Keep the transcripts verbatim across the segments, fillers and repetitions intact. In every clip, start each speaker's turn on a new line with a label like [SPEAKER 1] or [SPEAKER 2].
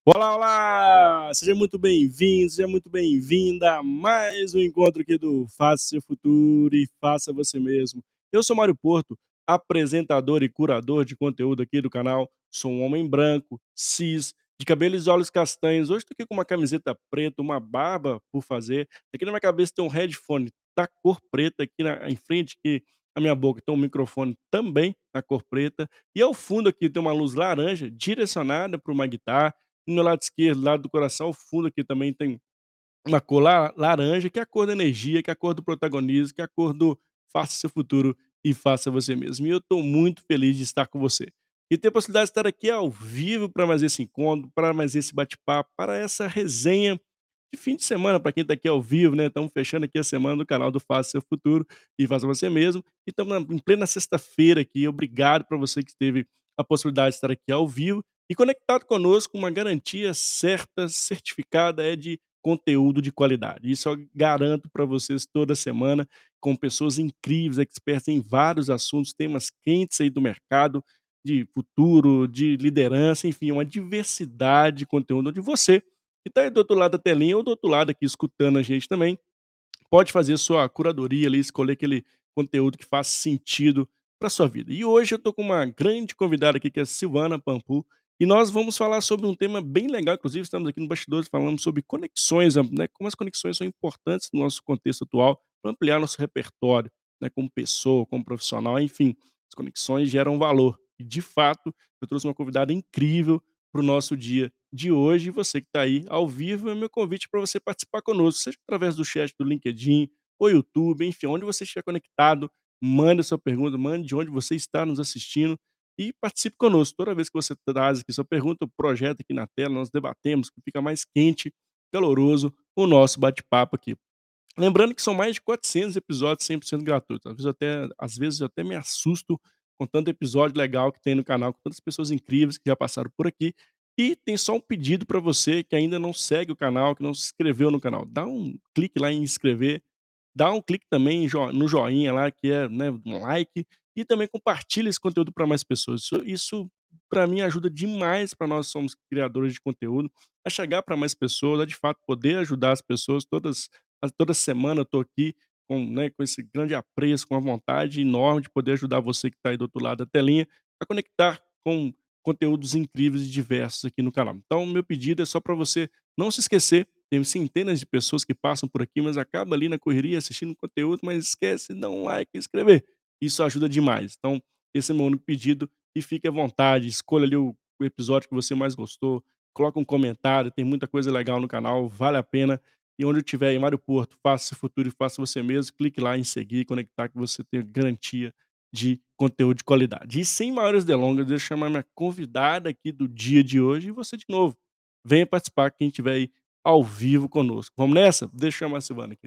[SPEAKER 1] Olá, olá! Seja muito bem-vindo, seja muito bem-vinda a mais um encontro aqui do Faça Seu Futuro e Faça Você Mesmo. Eu sou Mário Porto, apresentador e curador de conteúdo aqui do canal. Sou um homem branco, cis, de cabelos e olhos castanhos. Hoje estou aqui com uma camiseta preta, uma barba por fazer. Aqui na minha cabeça tem um headphone da cor preta, aqui na, em frente, aqui na minha boca tem um microfone também da cor preta. E ao fundo aqui tem uma luz laranja direcionada para uma guitarra. No meu lado esquerdo, lado do coração, ao fundo aqui também tem uma cor la laranja, que é a cor da energia, que é a cor do protagonismo, que é a cor do faça seu futuro e faça você mesmo. E eu estou muito feliz de estar com você. E ter a possibilidade de estar aqui ao vivo para mais esse encontro, para mais esse bate-papo, para essa resenha de fim de semana, para quem está aqui ao vivo, né? Estamos fechando aqui a semana do canal do Faça Seu Futuro e Faça Você Mesmo. E estamos na- em plena sexta-feira aqui. Obrigado para você que teve a possibilidade de estar aqui ao vivo e conectado conosco, uma garantia certa, certificada, é de conteúdo de qualidade. Isso eu garanto para vocês toda semana, com pessoas incríveis, expertas em vários assuntos, temas quentes aí do mercado, de futuro, de liderança, enfim, uma diversidade de conteúdo onde você, que está aí do outro lado da telinha ou do outro lado aqui escutando a gente também, pode fazer sua curadoria ali, escolher aquele conteúdo que faz sentido para sua vida. E hoje eu tô com uma grande convidada aqui, que é a Silvana Pampu, e nós vamos falar sobre um tema bem legal, inclusive estamos aqui no bastidores falando sobre conexões, né, como as conexões são importantes no nosso contexto atual para ampliar nosso repertório, né, como pessoa, como profissional, enfim, as conexões geram valor. E de fato, eu trouxe uma convidada incrível para o nosso dia de hoje. E você que está aí ao vivo, é meu convite para você participar conosco, seja através do chat do LinkedIn, ou YouTube, enfim, onde você estiver conectado, mande a sua pergunta, mande de onde você está nos assistindo e participe conosco. Toda vez que você traz aqui sua pergunta, o projeto aqui na tela, nós debatemos, que fica mais quente, caloroso o nosso bate-papo aqui. Lembrando que são mais de quatrocentos episódios cem por cento gratuitos. Às vezes eu até às vezes eu até me assusto com tanto episódio legal que tem no canal, com tantas pessoas incríveis que já passaram por aqui. E tem só um pedido para você que ainda não segue o canal, que não se inscreveu no canal. Dá um clique lá em inscrever, dá um clique também em jo no joinha lá, que é, né, um like, e também compartilha esse conteúdo para mais pessoas. Isso isso para mim ajuda demais, para nós somos criadores de conteúdo, a chegar para mais pessoas, a de fato poder ajudar as pessoas todas a toda semana eu tô aqui com, né, com esse grande apreço, com a vontade enorme de poder ajudar você que está aí do outro lado da telinha, a conectar com conteúdos incríveis e diversos aqui no canal. Então, meu pedido é só para você não se esquecer, tem centenas de pessoas que passam por aqui, mas acaba ali na correria assistindo conteúdo, mas esquece de dar um like e inscrever. Isso ajuda demais. Então, esse é o meu único pedido e fique à vontade, escolha ali o, o episódio que você mais gostou, coloca um comentário, tem muita coisa legal no canal, vale a pena e onde eu estiver em Mário Porto, faça seu futuro e faça você mesmo, clique lá em seguir, conectar que você tem garantia de conteúdo de qualidade. E sem maiores delongas, deixa eu chamar minha convidada aqui do dia de hoje e você de novo. Venha participar, quem estiver aí ao vivo conosco. Vamos nessa? Deixa eu chamar a Silvana aqui.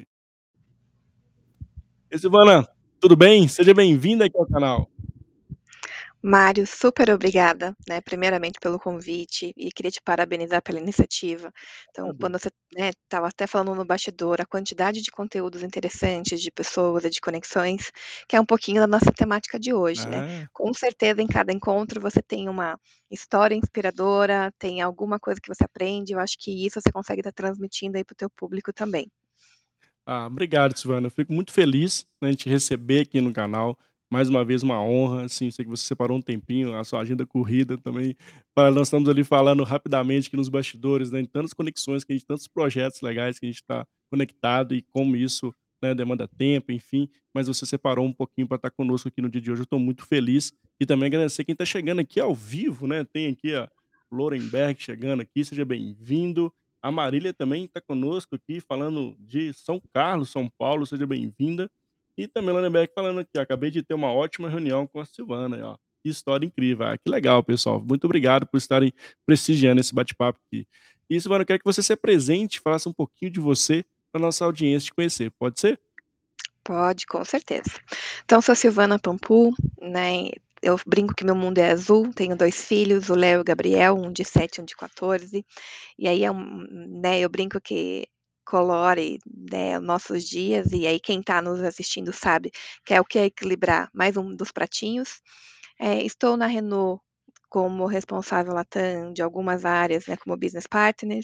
[SPEAKER 1] E Silvana, tudo bem? Seja bem-vinda aqui ao canal.
[SPEAKER 2] Mário, super obrigada, né, primeiramente pelo convite e queria te parabenizar pela iniciativa. Então,
[SPEAKER 1] Parabéns.
[SPEAKER 2] quando você, né, estava até falando no bastidor, a quantidade de conteúdos interessantes, de pessoas e de conexões, que é um pouquinho da nossa temática de hoje, né.
[SPEAKER 1] Ah,
[SPEAKER 2] Com certeza, em cada encontro você tem uma história inspiradora, tem alguma coisa que você aprende, eu acho que isso você consegue estar transmitindo aí para o teu público também.
[SPEAKER 1] Ah, obrigado, Silvana. Eu fico muito feliz, né, de te receber aqui no canal. Mais uma vez, uma honra. Assim, sei que você separou um tempinho, a sua agenda corrida também. Para nós estamos ali falando rapidamente aqui nos bastidores, né, em tantas conexões, que a gente, tantos projetos legais que a gente está conectado e como isso, né, demanda tempo, enfim. Mas você separou um pouquinho para estar conosco aqui no dia de hoje. Eu estou muito feliz. E também agradecer quem está chegando aqui ao vivo, né? Tem aqui a Lorenberg chegando aqui, seja bem-vindo. A Marília também está conosco aqui, falando de São Carlos, São Paulo, seja bem-vinda. E também a Beck falando aqui, ó, acabei de ter uma ótima reunião com a Silvana, ó. Que história incrível. Ah, que legal, pessoal. Muito obrigado por estarem prestigiando esse bate-papo aqui. E, Silvana, eu quero que você se apresente, faça um pouquinho de você para nossa audiência te conhecer. Pode ser?
[SPEAKER 2] Pode, com certeza. Então, sou Silvana Pampu, né? Eu brinco que meu mundo é azul, tenho dois filhos, o Léo e o Gabriel, um de sete e um de quatorze. E aí é um, né, eu brinco que colore, né, nossos dias, e aí quem está nos assistindo sabe que é o que é equilibrar mais um dos pratinhos. É, estou na Renault como responsável Latam de algumas áreas, né, como business partner,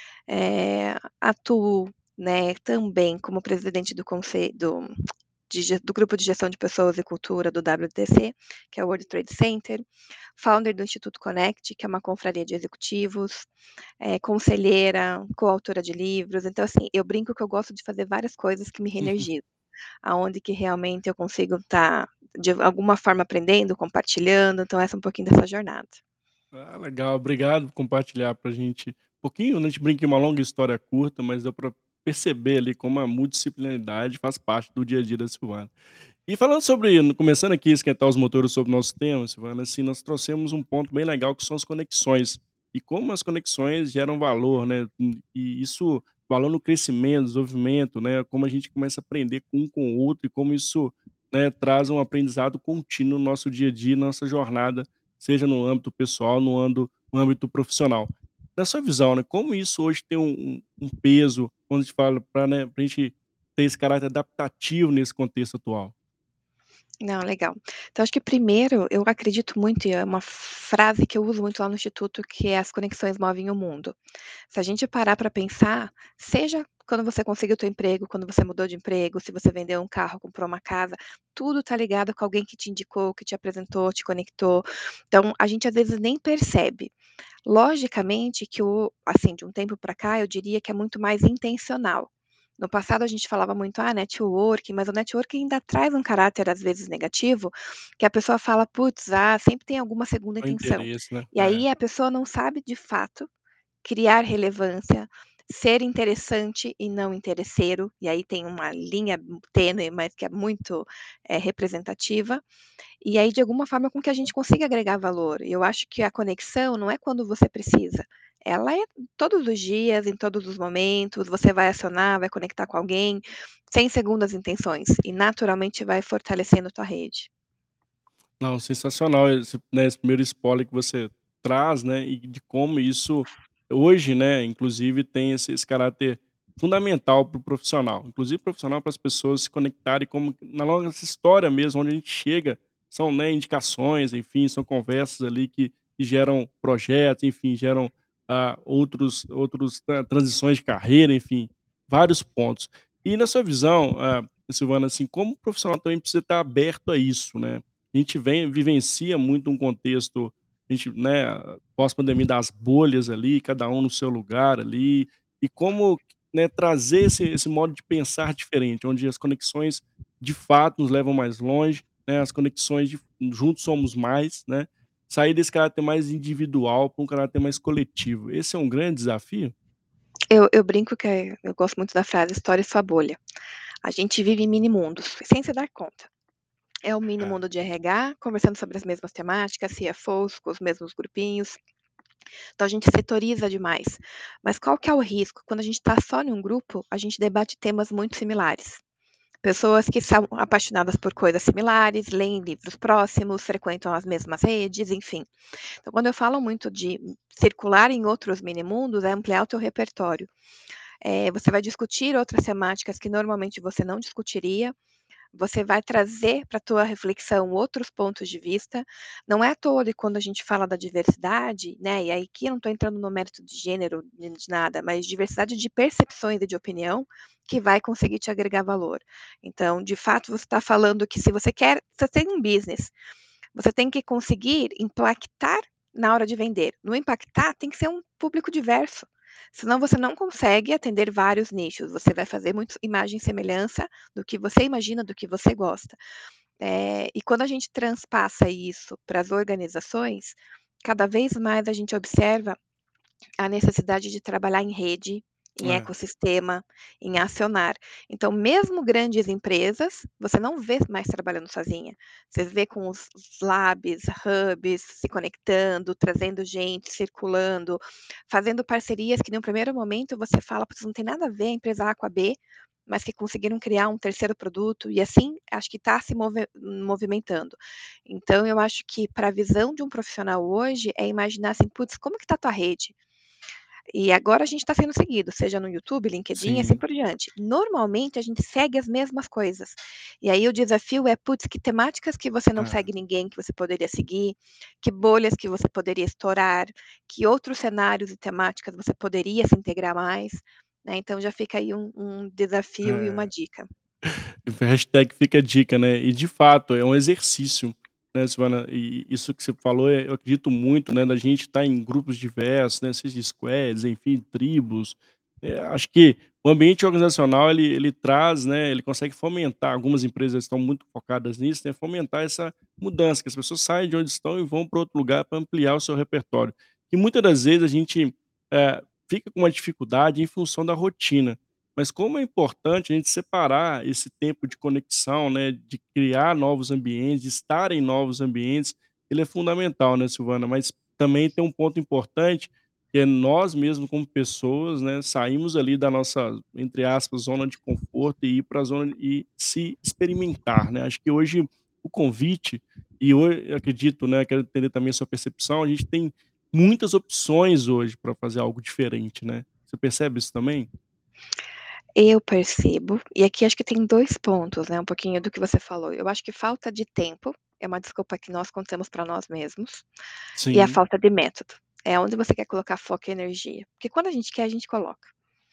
[SPEAKER 2] eh, atuo, né, também como presidente do conselho do de ge do grupo de gestão de pessoas e cultura do W T C, que é o World Trade Center, founder do Instituto Connect, que é uma confraria de executivos, eh, conselheira, coautora de livros, então, assim, eu brinco que eu gosto de fazer várias coisas que me reenergizam, aonde que realmente eu consigo estar, de alguma forma, aprendendo, compartilhando, então essa é um pouquinho dessa jornada.
[SPEAKER 1] Ah, legal, obrigado por compartilhar pra gente um pouquinho, né, a gente brinca que é uma longa história curta, mas deu pra perceber ali como a multidisciplinaridade faz parte do dia a dia da Silvana. E falando sobre começando aqui a esquentar os motores sobre o nosso tema, Silvana, assim, nós trouxemos um ponto bem legal que são as conexões, e como as conexões geram valor, né, hum, e isso valor no crescimento, desenvolvimento, né, como a gente começa a aprender um com o outro e como isso, né, traz um aprendizado contínuo no nosso dia a dia, nossa jornada, seja no âmbito pessoal, no âmbito no âmbito profissional. Na sua visão, né, como isso hoje tem um um um peso quando a gente fala pra, né, pra gente ter esse caráter adaptativo nesse contexto atual?
[SPEAKER 2] Não, legal. Então acho que primeiro eu acredito muito e é uma frase que eu uso muito lá no instituto, que é "as conexões movem o mundo". Se a gente parar para pensar, seja quando você conseguiu o teu emprego, quando você mudou de emprego, se você vendeu um carro, comprou uma casa, tudo está ligado com alguém que te indicou, que te apresentou, te conectou. Então a gente às vezes nem percebe. Logicamente que o assim, de um tempo para cá, eu diria que é muito mais intencional. No passado a gente falava muito: "Ah, networking", mas o networking ainda traz um caráter, às vezes, negativo, que a pessoa fala: "Puts, ah, sempre tem alguma segunda
[SPEAKER 1] O
[SPEAKER 2] intenção".
[SPEAKER 1] interesse, né.
[SPEAKER 2] E
[SPEAKER 1] É.
[SPEAKER 2] aí a pessoa não sabe, de fato, criar relevância, ser interessante e não interesseiro, e aí tem uma linha tênue, mas que é muito, eh, representativa. E aí, de alguma forma, com que a gente consiga agregar valor. E eu acho que a conexão não é quando você precisa, ela é todos os dias, em todos os momentos, você vai acionar, vai conectar com alguém, sem segundas intenções, e naturalmente vai fortalecendo tua rede.
[SPEAKER 1] Não, sensacional esse, né, esse primeiro spoiler que você traz, né, e de como isso hoje, né, inclusive tem esse esse caráter fundamental para o profissional, inclusive profissional para as pessoas se conectarem como na nossa história mesmo, onde a gente chega, são, né, indicações, enfim, são conversas ali que que geram projetos, enfim, geram, ah, outros outros tra transições de carreira, enfim, vários pontos. E na sua visão, ah, Silvana, assim, como o profissional também precisa estar aberto a isso, né? A gente vem vivencia muito um contexto, a gente, né, pós-pandemia das bolhas ali, cada um no seu lugar ali, e como, né, trazer esse esse modo de pensar diferente, onde as conexões de fato nos levam mais longe, né, as conexões de juntos somos mais, né, sair desse caráter mais individual para um caráter mais coletivo. Esse é um grande desafio?
[SPEAKER 2] Eu eu brinco que é eu gosto muito da frase "estoure sua bolha". A gente vive em mini mundos, sem se dar conta. É o mini
[SPEAKER 1] É.
[SPEAKER 2] mundo de R H, conversando sobre as mesmas temáticas, C F Os com os mesmos grupinhos. Então a gente setoriza demais. Mas qual que é o risco? Quando a gente está só em um grupo, a gente debate temas muito similares. Pessoas que são apaixonadas por coisas similares, leem livros próximos, frequentam as mesmas redes, enfim. Então quando eu falo muito de circular em outros mini mundos, é ampliar o teu repertório. Eh, você vai discutir outras temáticas que normalmente você não discutiria, você vai trazer para a tua reflexão outros pontos de vista. Não é à toa que quando a gente fala da diversidade, né, e aí aqui eu não estou entrando no mérito de gênero, nem de nada, mas diversidade de percepções e de opinião, que vai conseguir te agregar valor. Então, de fato, você está falando que se você quer você tem um business, você tem que conseguir impactar na hora de vender. No impactar, tem que ser um público diverso, senão você não consegue atender vários nichos, você vai fazer muito imagem e semelhança do que você imagina, do que você gosta. Eh, e quando a gente transpassa isso para as organizações, cada vez mais a gente observa a necessidade de trabalhar em rede, em
[SPEAKER 1] É.
[SPEAKER 2] ecossistema, em acionar. Então, mesmo grandes empresas, você não vê mais trabalhando sozinha. Você vê com os os labs, hubs, se conectando, trazendo gente, circulando, fazendo parcerias que, num primeiro momento, você fala: "Puts, não tem nada a ver a empresa A com a B", mas que conseguiram criar um terceiro produto e, assim, acho que está se move movimentando. Então eu acho que para a visão de um profissional hoje é imaginar assim: "Puts, como que está a tua rede?". E agora a gente está sendo seguido, seja no YouTube, LinkedIn e assim
[SPEAKER 1] Sim.
[SPEAKER 2] por diante. Normalmente a gente segue as mesmas coisas. E aí o desafio é, putz, que temáticas que você não
[SPEAKER 1] Ah,
[SPEAKER 2] segue ninguém que você poderia seguir, que bolhas que você poderia estourar, que outros cenários e temáticas você poderia se integrar mais, né? Então já fica aí um, um desafio e uma
[SPEAKER 1] é.
[SPEAKER 2] dica.
[SPEAKER 1] Hashtag fica a dica, né. E de fato, é um exercício, né, Silvana, e isso que você falou, eh, eu acredito muito, né, da gente estar em grupos diversos, né, seja squads, enfim, tribos. Eh, acho que o ambiente organizacional ele ele traz, né, ele consegue fomentar, algumas empresas estão muito focadas nisso, né, fomentar essa mudança, que as pessoas saem de onde estão e vão para outro lugar para ampliar o seu repertório. E muitas das vezes a gente, eh, fica com uma dificuldade em função da rotina. Mas como é importante a gente separar esse tempo de conexão, né, de criar novos ambientes, de estar em novos ambientes, ele é fundamental, né, Silvana? Mas também tem um ponto importante, que é nós mesmos como pessoas, né, saímos ali da nossa, entre aspas, zona de conforto e ir para a zona e se experimentar, né? Acho que hoje o convite, e hoje eu acredito, né, quero entender também a sua percepção, a gente tem muitas opções hoje para fazer algo diferente, né? Você percebe isso também?
[SPEAKER 2] Eu percebo, e aqui acho que tem dois pontos, né, um pouquinho do que você falou. Eu acho que falta de tempo é uma desculpa que nós contamos para nós mesmos, e a
[SPEAKER 1] Sim.
[SPEAKER 2] falta de método. É onde você quer colocar foco e energia, porque quando a gente quer, a gente coloca.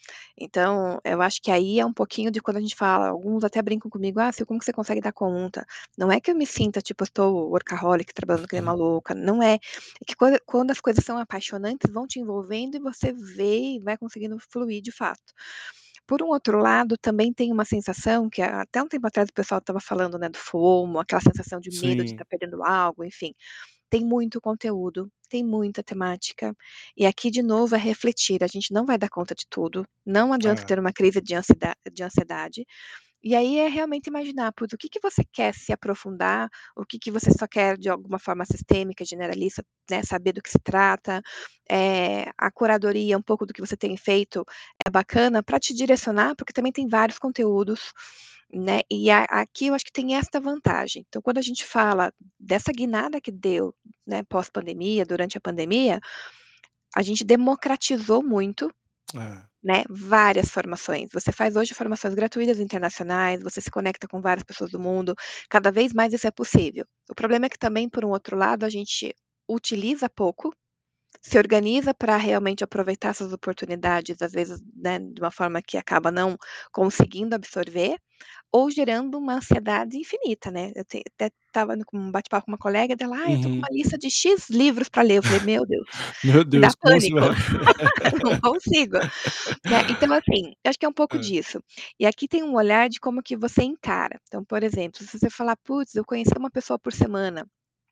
[SPEAKER 2] Então, eu acho que aí é um pouquinho de quando a gente fala, alguns até brincam comigo: "Ah, Sil, como que você consegue dar conta?". Não é que eu me sinta, tipo, eu estou workaholic, trabalhando que nem
[SPEAKER 1] Uhum.
[SPEAKER 2] maluca, não é. É que quando quando as coisas são apaixonantes, vão te envolvendo e você vê e vai conseguindo fluir de fato. Por um outro lado, também tem uma sensação que até um tempo atrás o pessoal estava falando, né, do FOMO, aquela sensação de medo de estar
[SPEAKER 1] Sim.
[SPEAKER 2] perdendo algo, enfim. Tem muito conteúdo, tem muita temática, e aqui de novo é refletir, a gente não vai dar conta de tudo, não adianta
[SPEAKER 1] É.
[SPEAKER 2] ter uma crise de ansieda de ansiedade, e aí é realmente imaginar, putz, o que que você quer se aprofundar, o que que você só quer de alguma forma sistêmica, generalista, né, saber do que se trata, eh, a curadoria, um pouco do que você tem feito é bacana para te direcionar, porque também tem vários conteúdos, né, e a aqui eu acho que tem esta vantagem. Então quando a gente fala dessa guinada que deu, né, pós-pandemia, durante a pandemia, a gente democratizou muito,
[SPEAKER 1] É.
[SPEAKER 2] né, várias formações. Você faz hoje formações gratuitas internacionais, você se conecta com várias pessoas do mundo, cada vez mais isso é possível. O problema é que também, por um outro lado, a gente utiliza pouco, se organiza para realmente aproveitar essas oportunidades, às vezes, né, de uma forma que acaba não conseguindo absorver, ou gerando uma ansiedade infinita, né. Eu te até estava com um bate-papo com uma colega dela: "Ai, eu tô com
[SPEAKER 1] Uhum.
[SPEAKER 2] uma lista de X livros para ler", eu falei: "Meu Deus,
[SPEAKER 1] Meu
[SPEAKER 2] me dá
[SPEAKER 1] Deus, como você
[SPEAKER 2] pânico,
[SPEAKER 1] vai
[SPEAKER 2] não consigo". Né, então assim, eu acho que é um pouco
[SPEAKER 1] Hã.
[SPEAKER 2] disso. E aqui tem um olhar de como que você encara. Então, por exemplo, se você falar: "Putz, eu conheci uma pessoa por semana",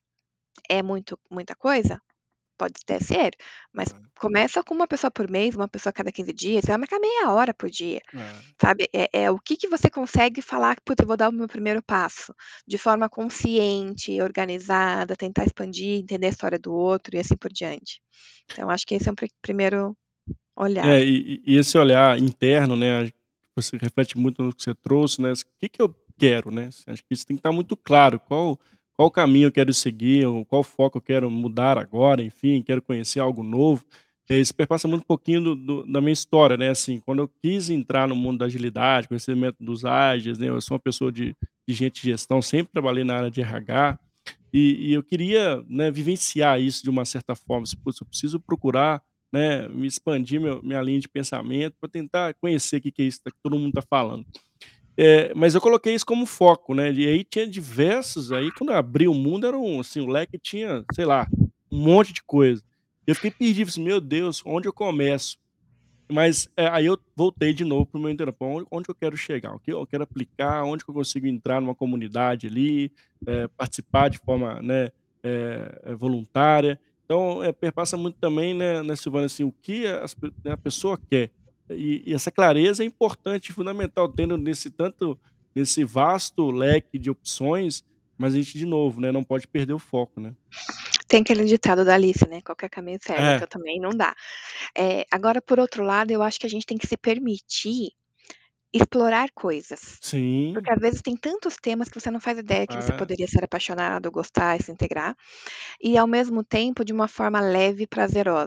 [SPEAKER 2] é muito muita coisa? Pode até ser, mas
[SPEAKER 1] É,
[SPEAKER 2] começa com uma pessoa por mês, uma pessoa a cada quinze dias, você vai marcar meia hora por dia,
[SPEAKER 1] é.
[SPEAKER 2] sabe. É é o que que você consegue falar: "Putz, eu vou dar o meu primeiro passo", de forma consciente, organizada, tentar expandir, entender a história do outro e assim por diante. Então acho que esse é um pri primeiro olhar.
[SPEAKER 1] É, e e esse olhar interno, né, você reflete muito no que você trouxe, né, o que que eu quero, né, assim, acho que isso tem que estar muito claro, qual qual caminho eu quero seguir, ou qual foco eu quero mudar agora, enfim, quero conhecer algo novo. Eh, isso perpassa muito um pouquinho do do da minha história, né, assim, quando eu quis entrar no mundo da agilidade, conhecer métodos ágeis, né, eu sou uma pessoa de de gente de gestão, sempre trabalhei na área de R H, e e eu queria, né, vivenciar isso de uma certa forma, assim, "Putz, eu preciso procurar, né, me expandir meu minha linha de pensamento para tentar conhecer o que que é isso que todo mundo está falando". Eh, mas eu coloquei isso como foco, né, e aí tinha diversos aí quando eu abri o mundo era um assim, o leque tinha, sei lá, um monte de coisa. Eu fiquei perdido, assim: "Meu Deus, onde eu começo?". Mas, eh, aí eu voltei de novo para o meu interior, pra onde onde que eu quero chegar, o que eu quero aplicar, onde que eu consigo entrar numa comunidade ali, eh, participar de forma, né, eh eh, voluntária. Então, eh, perpassa muito também, né né, Silvana, assim, o que as pe né, a pessoa quer. E e essa clareza é importante e fundamental, tendo nesse tanto nesse vasto leque de opções, mas a gente, de novo, né, não pode perder o foco, né.
[SPEAKER 2] Tem aquele ditado da Alice, né, qualquer caminho serve,
[SPEAKER 1] É,
[SPEAKER 2] então também não dá. Eh, agora por outro lado, eu acho que a gente tem que se permitir explorar coisas,
[SPEAKER 1] sim,
[SPEAKER 2] porque às vezes tem tantos temas que você não faz ideia que você
[SPEAKER 1] é,
[SPEAKER 2] poderia ser apaixonado, gostar e se integrar, e ao mesmo tempo de uma forma leve e prazerosa.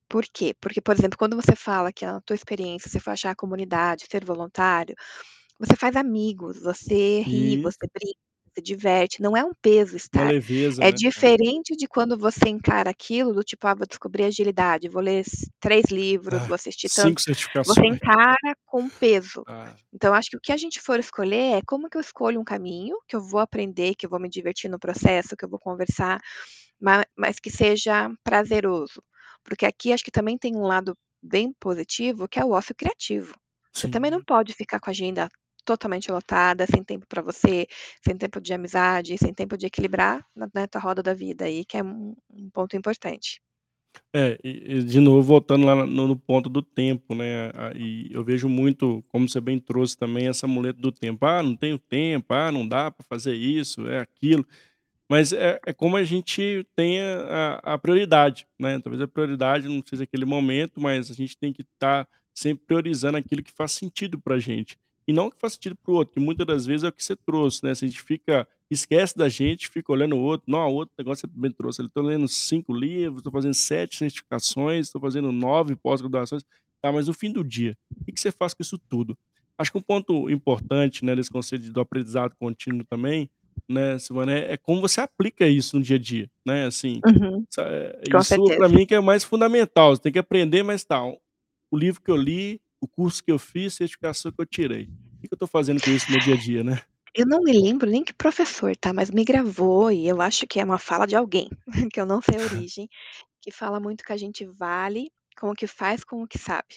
[SPEAKER 2] Por quê? Porque, por exemplo, quando você fala que a tua experiência, você foi achar a comunidade, ser voluntário, você faz amigos, você ri,
[SPEAKER 1] Isso.
[SPEAKER 2] você brinca, se diverte, não é um peso
[SPEAKER 1] Uma
[SPEAKER 2] estar.
[SPEAKER 1] leveza,
[SPEAKER 2] É
[SPEAKER 1] né. É.
[SPEAKER 2] diferente de quando você encara aquilo do tipo: "Ah, vou descobrir agilidade, vou ler s três livros,
[SPEAKER 1] Ah,
[SPEAKER 2] vou assistir
[SPEAKER 1] cinco
[SPEAKER 2] tanto", você
[SPEAKER 1] certificações.
[SPEAKER 2] encara com peso.
[SPEAKER 1] Ah,
[SPEAKER 2] Então acho que o que a gente for escolher é como que eu escolho um caminho, que eu vou aprender, que eu vou me divertir no processo, que eu vou conversar, ma mas que seja prazeroso. Porque aqui acho que também tem um lado bem positivo, que é o ócio criativo. Você também não
[SPEAKER 1] sim.
[SPEAKER 2] pode ficar com a agenda totalmente lotada, sem tempo para você, sem tempo de amizade, sem tempo de equilibrar na na tua roda da vida aí, que é um um ponto importante.
[SPEAKER 1] É, e e de novo voltando lá no no ponto do tempo, né, a e eu vejo muito, como você bem trouxe também, essa muleta do tempo: "Ah, não tenho tempo. Ah, não dá para fazer isso, é aquilo". Mas é é como a gente tem a a prioridade, né, talvez a prioridade não seja aquele momento, mas a gente tem que estar sempre priorizando aquilo que faz sentido pra gente, e não o que faz sentido para o outro, que muitas das vezes é o que você trouxe, né, se a gente fica esquece da gente, fica olhando o outro, não, o outro negócio você bem trouxe, ele tô lendo cinco livros, tô fazendo sete certificações, tô fazendo nove pós-graduações, tá, mas no fim do dia, o que que você faz com isso tudo? Acho que um ponto importante, né, nesse conceito do aprendizado contínuo também, né, Silvana, é é como você aplica isso no dia a dia, né, assim,
[SPEAKER 2] Uhum,
[SPEAKER 1] sa eh,
[SPEAKER 2] com
[SPEAKER 1] isso pra
[SPEAKER 2] certeza.
[SPEAKER 1] mim que é o mais fundamental, você tem que aprender, mas tá, o o livro que eu li, o curso que eu fiz, certificação que eu tirei. O que que eu tô fazendo com isso no meu dia a dia, né?
[SPEAKER 2] Eu não me lembro nem que professor, tá, mas me gravou e eu acho que é uma fala de alguém, que eu não sei a origem, que fala muito que a gente vale com o que faz com o que sabe,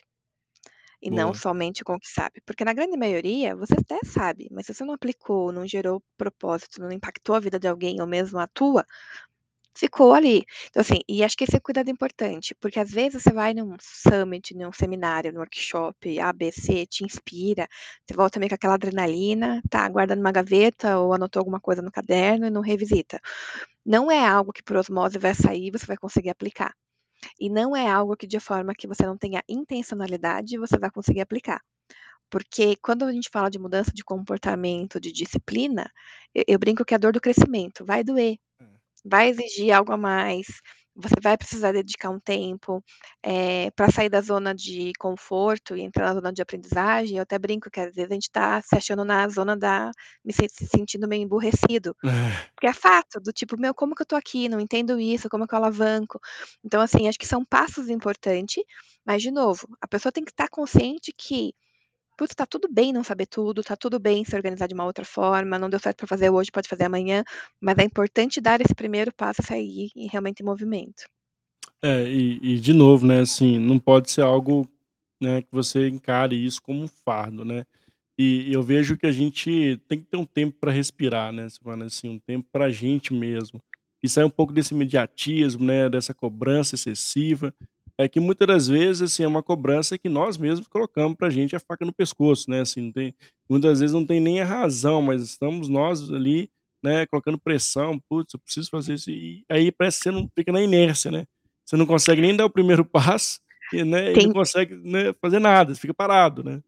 [SPEAKER 2] e não
[SPEAKER 1] Boa.
[SPEAKER 2] somente com o que sabe. Porque na grande maioria você até sabe, mas se você não aplicou, não gerou propósito, não impactou a vida de alguém ou mesmo a tua, ficou ali. Então, assim, e acho que esse é o cuidado importante, porque às vezes você vai num summit, num seminário, num workshop A, B, C, te inspira, você volta meio com aquela adrenalina, tá guarda numa gaveta ou anotou alguma coisa no caderno e não revisita. Não é algo que por osmose vai sair e você vai conseguir aplicar. E não é algo que de forma que você não tenha intencionalidade, você vai conseguir aplicar. Porque quando a gente fala de mudança de comportamento, de disciplina, eu eu brinco que é a dor do crescimento, vai doer.
[SPEAKER 1] É.
[SPEAKER 2] Vai exigir algo a mais, você vai precisar dedicar um tempo, eh, pra sair da zona de conforto e entrar na zona de aprendizagem, eu até brinco que às vezes a gente tá se achando na zona da me se se sentindo meio emburrecido, porque é fato, do tipo: "Meu, como que eu tô aqui? Não entendo isso, como que eu alavanco?". Então, assim, acho que são passos importante, mas de novo, a pessoa tem que estar consciente que putz, tá tudo bem não saber tudo, tá tudo bem se organizar de uma outra forma, não deu certo para fazer hoje, pode fazer amanhã, mas é importante dar esse primeiro passo e sair e realmente em movimento.
[SPEAKER 1] É, e e de novo, né, assim, não pode ser algo, né, que você encare isso como um fardo, né. E e eu vejo que a gente tem que ter um tempo para respirar, né, Silvana, assim, um tempo pra gente mesmo. E sair um pouco desse imediatismo, né, dessa cobrança excessiva, é que muitas das vezes, assim, é uma cobrança que nós mesmos colocamos pra gente a faca no pescoço, né, assim, não tem muitas vezes não tem nem a razão, mas estamos nós ali, né, colocando pressão: "Putz, eu preciso fazer isso", e aí parece que você não fica na inércia, né. Você não consegue nem dar o primeiro passo e, né, e não
[SPEAKER 2] Tem
[SPEAKER 1] consegue, né, fazer nada, você fica parado, né.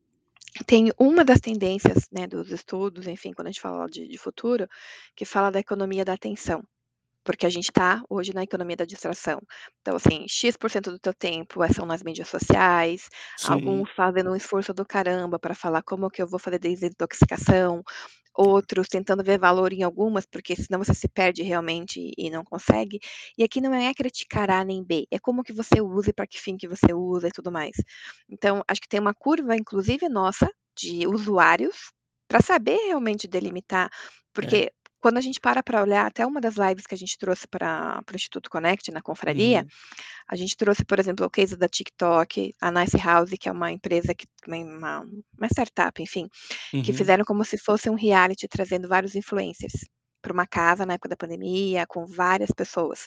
[SPEAKER 2] tem uma das tendências, né, dos estudos, enfim, quando a gente fala de de futuro, que fala da economia da atenção. Porque a gente está hoje na economia da distração. Então, assim, X% do teu tempo, eh, são nas mídias sociais,
[SPEAKER 1] Sim.
[SPEAKER 2] alguns fazendo um esforço do caramba para falar como que eu vou fazer desintoxicação, outros tentando ver valor em algumas, porque senão você se perde realmente e não consegue. E aqui não é criticar A nem B, é como que você usa e para que fim que você usa e tudo mais. Então, acho que tem uma curva, inclusive nossa, de usuários, para saber realmente delimitar,
[SPEAKER 1] É.
[SPEAKER 2] porque quando a gente para para olhar, até uma das lives que a gente trouxe pra para o Instituto Connect, na confraria,
[SPEAKER 1] Uhum.
[SPEAKER 2] a gente trouxe, por exemplo, o case da TikTok, a Nice House, que é uma empresa que uma uma uma startup, enfim, que
[SPEAKER 1] Uhum.
[SPEAKER 2] fizeram como se fosse um reality, trazendo vários influencers para uma casa na época da pandemia, com várias pessoas.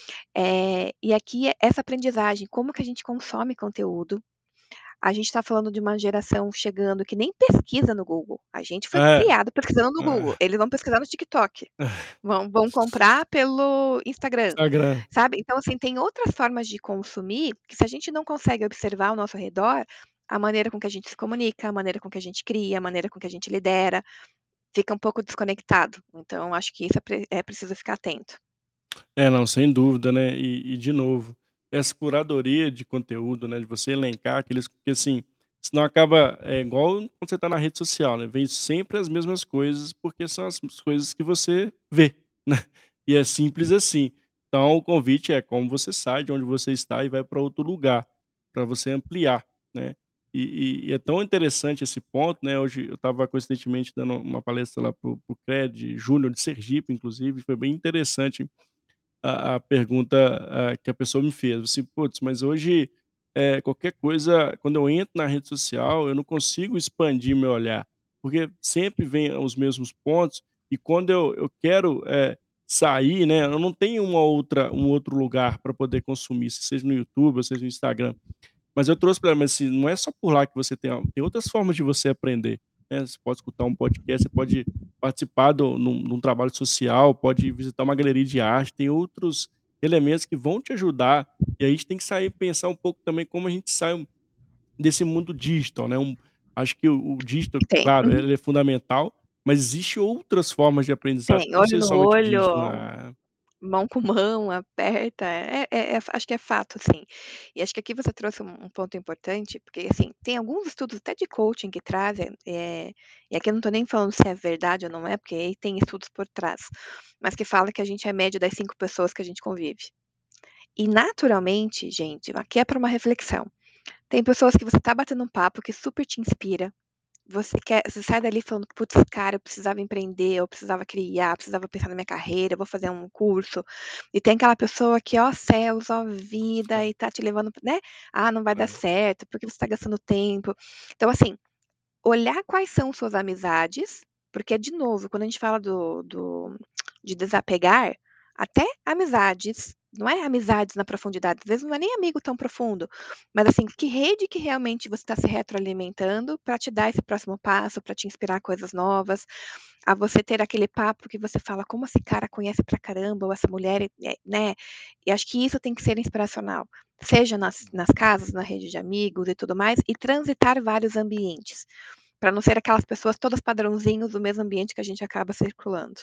[SPEAKER 2] Eh, e aqui, essa aprendizagem, como que a gente consome conteúdo, a gente está falando de uma geração chegando que nem pesquisa no Google, a gente foi
[SPEAKER 1] É.
[SPEAKER 2] criado pesquisando no Google,
[SPEAKER 1] É.
[SPEAKER 2] eles vão pesquisar no TikTok. Vão vão comprar pelo Instagram,
[SPEAKER 1] Instagram.
[SPEAKER 2] sabe. Então, assim, tem outras formas de consumir, que se a gente não consegue observar ao nosso redor, a maneira com que a gente se comunica, a maneira com que a gente cria, a maneira com que a gente lidera, fica um pouco desconectado. Então acho que isso é pre é preciso ficar atento.
[SPEAKER 1] É, não, sem dúvida, né. E e de novo, essa curadoria de conteúdo, né, de você elencar aqueles porque assim, senão acaba é igual quando você tá na rede social, né, vem sempre as mesmas coisas, porque são as coisas que você vê, né, e é simples assim. Então o convite é como você sai de onde você está e vai para outro lugar, para você ampliar, né. E e e é tão interessante esse ponto, né, hoje eu estava coincidentemente dando uma palestra lá para o para o CRED Júnior de Sergipe, inclusive, foi bem interessante a a pergunta, ah, que a pessoa me fez, assim: "Puts, mas hoje, eh, qualquer coisa quando eu entro na rede social, eu não consigo expandir meu olhar, porque sempre vem os mesmos pontos, e quando eu eu quero, eh, sair, né, eu não tenho uma outra um outro lugar para poder consumir, se seja no YouTube ou seja no Instagram". Mas eu trouxe pra ela, mas assim, não é só por lá que você tem a tem outras formas de você aprender, né, você pode escutar um podcast, você pode participar do num num trabalho social, pode visitar uma galeria de arte, tem outros elementos que vão te ajudar, e aí a gente tem que sair pensar um pouco também como a gente sai um desse mundo digital, né, um acho que o o digital,
[SPEAKER 2] Tem.
[SPEAKER 1] claro,
[SPEAKER 2] Uhum.
[SPEAKER 1] ele é fundamental, mas existe outras formas de aprendizado
[SPEAKER 2] Tem,
[SPEAKER 1] que não
[SPEAKER 2] olho
[SPEAKER 1] seja
[SPEAKER 2] no
[SPEAKER 1] somente o digital,
[SPEAKER 2] olho,
[SPEAKER 1] né.
[SPEAKER 2] mão com mão, aperta, é é é acho que é fato sim. E acho que aqui você trouxe um um ponto importante, porque, assim, tem alguns estudos até de coaching que trazem, eh, e aqui eu não tô nem falando se é verdade ou não é, porque aí tem estudos por trás, mas que fala que a gente é a média das cinco pessoas que a gente convive. E naturalmente, gente, aqui é para uma reflexão, tem pessoas que você tá batendo um papo que super te inspira, você quer você sai dali falando: "Putz, cara, eu precisava empreender, eu precisava criar, precisava pensar na minha carreira, eu vou fazer um curso", e tem aquela pessoa que, ó céus, ó vida,
[SPEAKER 1] É.
[SPEAKER 2] e tá te levando p né, "Ah, não vai dar
[SPEAKER 1] É.
[SPEAKER 2] certo, porque você tá gastando tempo". Então assim, olhar quais são suas amizades, porque de novo, quando a gente fala do do de desapegar, até amizades, não é amizades na profundidade, às vezes não é nem amigo tão profundo, mas assim, que rede que realmente você tá se retroalimentando pra te dar esse próximo passo, pra te inspirar coisas novas, a você ter aquele papo que você fala: "Como esse cara conhece pra caramba, ou essa mulher", eh, né, e acho que isso tem que ser inspiracional, seja nas nas casas, na rede de amigos e tudo mais, e transitar vários ambientes, pra não ser aquelas pessoas todas padrãozinhos do mesmo ambiente que a gente acaba circulando.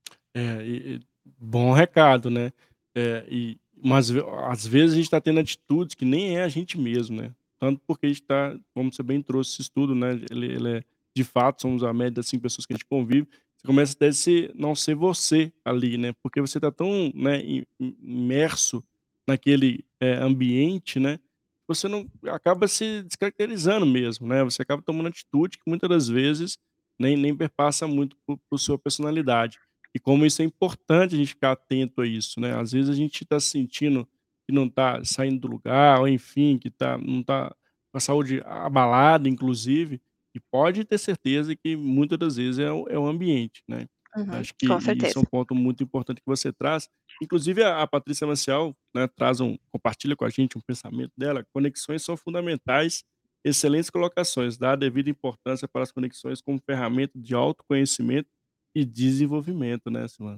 [SPEAKER 1] É, e e bom recado, né. Eh, e mas ve às vezes a gente tá tendo atitudes que nem é a gente mesmo, né. Tanto porque a gente tá como você bem trouxe esse estudo, né, ele ele é de fato somos a média das cinco pessoas que a gente convive, você começa até se não ser você ali, né, porque você tá tão, né, i i imerso naquele, eh, ambiente, né, você não acaba se descaracterizando mesmo, né, você acaba tomando atitude que muita das vezes nem nem perpassa muito por por sua personalidade. E como isso é importante a gente ficar atento a isso, né, às vezes a gente tá se sentindo que não tá saindo do lugar ou enfim, que tá não tá com a saúde abalada inclusive, e pode ter certeza que muita das vezes é o é o ambiente, né.
[SPEAKER 2] Uhum,
[SPEAKER 1] Acho que
[SPEAKER 2] com
[SPEAKER 1] e isso é um
[SPEAKER 2] certeza.
[SPEAKER 1] ponto muito importante que você traz, inclusive a a Patrícia Maciel, né, traz um compartilha com a gente um pensamento dela, "conexões são fundamentais, excelentes colocações, dá a devida importância para as conexões como ferramenta de autoconhecimento e desenvolvimento", né, Silvana.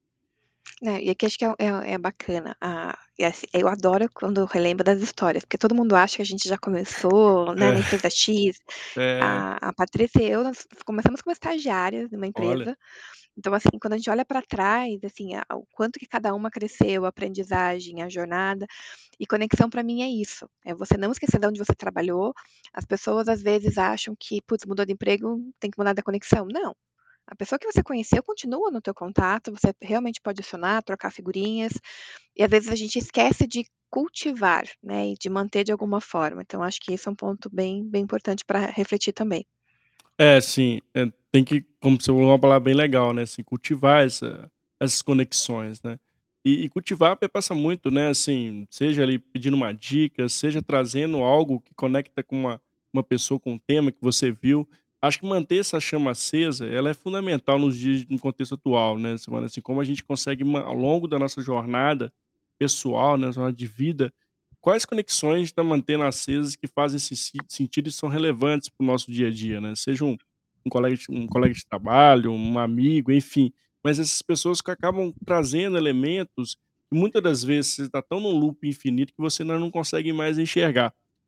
[SPEAKER 2] É, e aqui acho que é é é bacana, ah, e assim, eu adoro quando eu relembro das histórias, porque todo mundo acha que a gente já começou, né,
[SPEAKER 1] É.
[SPEAKER 2] na empresa X,
[SPEAKER 1] É.
[SPEAKER 2] a a Patrícia e eu nós começamos como estagiárias numa
[SPEAKER 1] Olha.
[SPEAKER 2] empresa, então assim, quando a gente olha pra trás, assim, a o quanto que cada uma cresceu, a aprendizagem, a jornada, e conexão pra mim é isso, é você não esquecer da onde você trabalhou, as pessoas às vezes acham que, putz, mudou de emprego, tem que mudar da conexão, não, a pessoa que você conheceu continua no teu contato, você realmente pode adicionar, trocar figurinhas, e às vezes a gente esquece de cultivar, né, e de manter de alguma forma, então acho que esse é um ponto bem bem importante pra refletir também.
[SPEAKER 1] É, sim, eh, tem que como você falou uma palavra bem legal, né, assim, cultivar essa essas conexões, né. E e cultivar perpassa muito, né, assim, seja ali pedindo uma dica, seja trazendo algo que conecta com uma uma pessoa com um tema que você viu. Acho que manter essa chama acesa, ela é fundamental nos dias no contexto atual, né, Silvana, assim, como a gente consegue ma ao longo da nossa jornada pessoal, né, jornada de vida, quais conexões tá mantendo acesas que fazem se se sentido e são relevantes para o nosso dia a dia, né, seja um um colega de um colega de trabalho, um amigo, enfim, mas essas pessoas que acabam trazendo elementos, muita das vezes você tá tão num loop infinito que você não não consegue mais enxergar.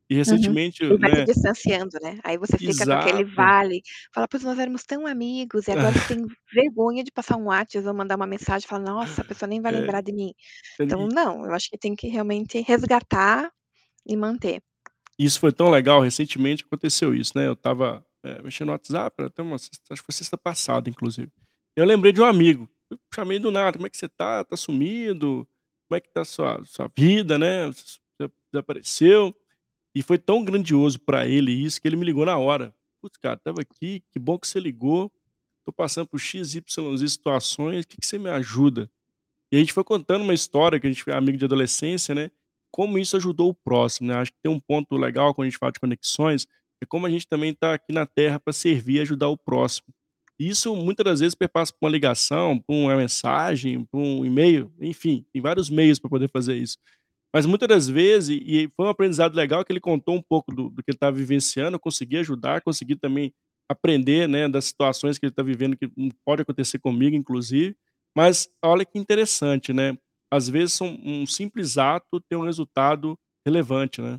[SPEAKER 1] E
[SPEAKER 2] Uhum.
[SPEAKER 1] recentemente,
[SPEAKER 2] E vai se
[SPEAKER 1] né
[SPEAKER 2] distanciando, né. Aí você fica com aquele
[SPEAKER 1] Exato.
[SPEAKER 2] vale, fala: "Putz, nós éramos tão amigos", e agora você tem vergonha de passar um Whats ou mandar uma mensagem e fala: "Nossa, a pessoa nem vai
[SPEAKER 1] É.
[SPEAKER 2] lembrar de mim". Então
[SPEAKER 1] E
[SPEAKER 2] não, eu acho que tem que realmente resgatar e manter.
[SPEAKER 1] Isso foi tão legal, recentemente aconteceu isso, né, eu estava, eh, mexendo no WhatsApp, até uma acho que foi sexta passada inclusive. Eu lembrei de um amigo, eu chamei do nada: "Como é que você tá? Tá sumido? Como é que tá a sua sua vida, né, você desapareceu". E foi tão grandioso pra ele isso, que ele me ligou na hora: "Putz cara, estava aqui, que bom que você ligou, tô passando por x, y, z situações, que que você me ajuda?". E a gente foi contando uma história que a gente é amigo de adolescência, né, como isso ajudou o próximo, né, acho que tem um ponto legal quando a gente fala de conexões, é como a gente também tá aqui na terra pra servir e ajudar o próximo. E isso muita das vezes perpassa por uma ligação, por uma mensagem, por um e-mail, enfim, tem vários meios pra poder fazer isso. Mas muita das vezes e foi um aprendizado legal que ele contou um pouco do do que ele estava vivenciando, eu consegui ajudar, consegui também aprender, né, das situações que ele tá vivendo que não pode acontecer comigo inclusive, mas olha que interessante, né, às vezes um um simples ato tem um resultado relevante, né.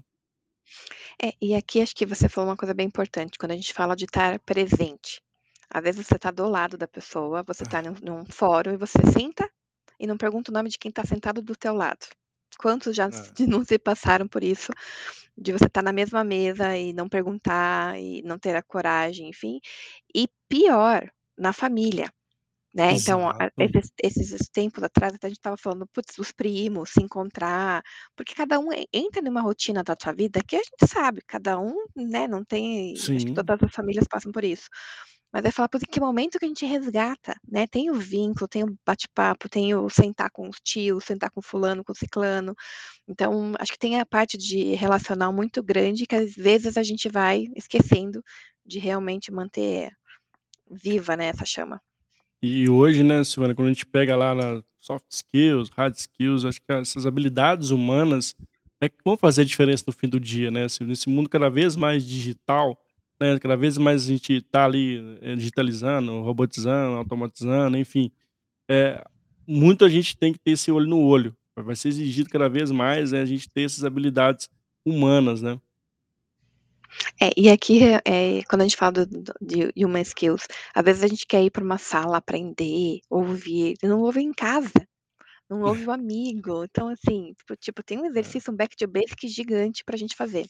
[SPEAKER 2] É, e aqui acho que você falou uma coisa bem importante, quando a gente fala de estar presente. Às vezes você tá do lado da pessoa, você tá num num fórum e você senta e não pergunta o nome de quem tá sentado do teu lado. Quantos já
[SPEAKER 1] É.
[SPEAKER 2] não se passaram por isso, de você estar na mesma mesa e não perguntar e não ter a coragem, enfim. E pior, na família, né, então a
[SPEAKER 1] Exato.
[SPEAKER 2] esses esses tempos atrás até a gente estava falando, putz, os primos, se encontrar, porque cada um en entra numa rotina da tua vida que a gente sabe, cada um, né, não tem acho que
[SPEAKER 1] Sim.
[SPEAKER 2] todas as famílias passam por isso. Mas aí fala: "Putz, em que momento que a gente resgata?", né, tem o vínculo, tem o bate-papo, tem o sentar com os tios, sentar com fulano, com ciclano. Então acho que tem a parte de relacional muito grande que às vezes a gente vai esquecendo de realmente manter viva, né, essa chama.
[SPEAKER 1] E hoje, né, Silvana, quando a gente pega lá na soft skills, hard skills, acho que essas habilidades humanas é que vão fazer a diferença no fim do dia, né, assim, nesse mundo cada vez mais digital, né, cada vez mais a gente tá ali, eh, digitalizando, robotizando, automatizando, enfim, eh, muita gente tem que ter esse olho no olho, vai ser exigido cada vez mais, né, a gente ter essas habilidades humanas, né.
[SPEAKER 2] É, e aqui, eh, quando a gente fala do do de human skills, às vezes a gente quer ir pra uma sala aprender, ouvir, não ouve em casa, não ouve o amigo, então assim, tipo tipo, tem um
[SPEAKER 1] É.
[SPEAKER 2] exercício, um back to basic gigante pra gente fazer.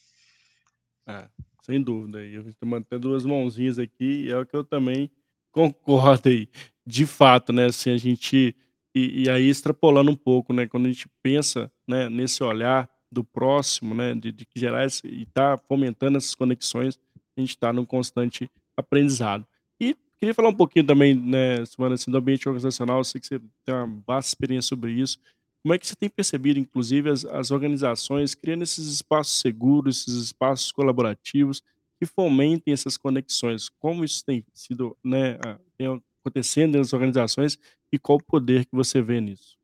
[SPEAKER 1] É, sem dúvida, e a gente tá mantendo duas mãozinhas aqui, e é o que eu também concordo aí. De fato, né, assim, a gente e e aí extrapolando um pouco, né, quando a gente pensa, né, nesse olhar do próximo, né, de de gerar esse e tá fomentando essas conexões, a gente tá num constante aprendizado. E queria falar um pouquinho também, né, Silvana, assim, do ambiente organizacional, eu sei que você tem uma vasta experiência sobre isso. Como é que você tem percebido, inclusive, as as organizações criando esses espaços seguros, esses espaços colaborativos que fomentem essas conexões? Como isso tem sido, né, ah, tem acontecendo nas organizações e qual o poder que você vê nisso?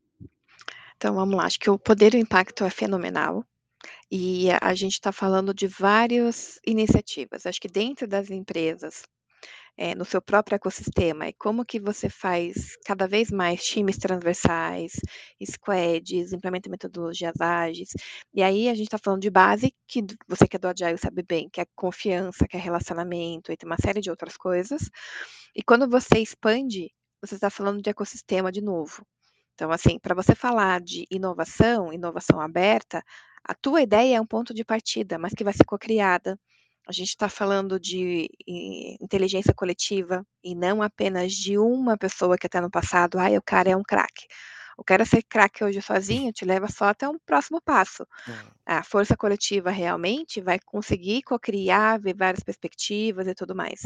[SPEAKER 2] Então vamos lá, acho que o poder e o impacto é fenomenal, e a gente tá falando de várias iniciativas. Acho que dentro das empresas, eh, no seu próprio ecossistema, e como que você faz cada vez mais times transversais, squads, implementa metodologias ágeis. E aí a gente tá falando de base, que d você que é do agile sabe bem, que é confiança, que é relacionamento, e tem uma série de outras coisas. E quando você expande, você tá falando de ecossistema de novo. Então assim, pra você falar de inovação, inovação aberta, a tua ideia é um ponto de partida, mas que vai ser cocriada. A gente tá falando de i inteligência coletiva, e não apenas de uma pessoa que até no passado, "ai, o cara é um craque". O cara ser craque hoje sozinho te leva só até um próximo passo.
[SPEAKER 1] É.
[SPEAKER 2] A força coletiva realmente vai conseguir cocriar, ver várias perspectivas e tudo mais.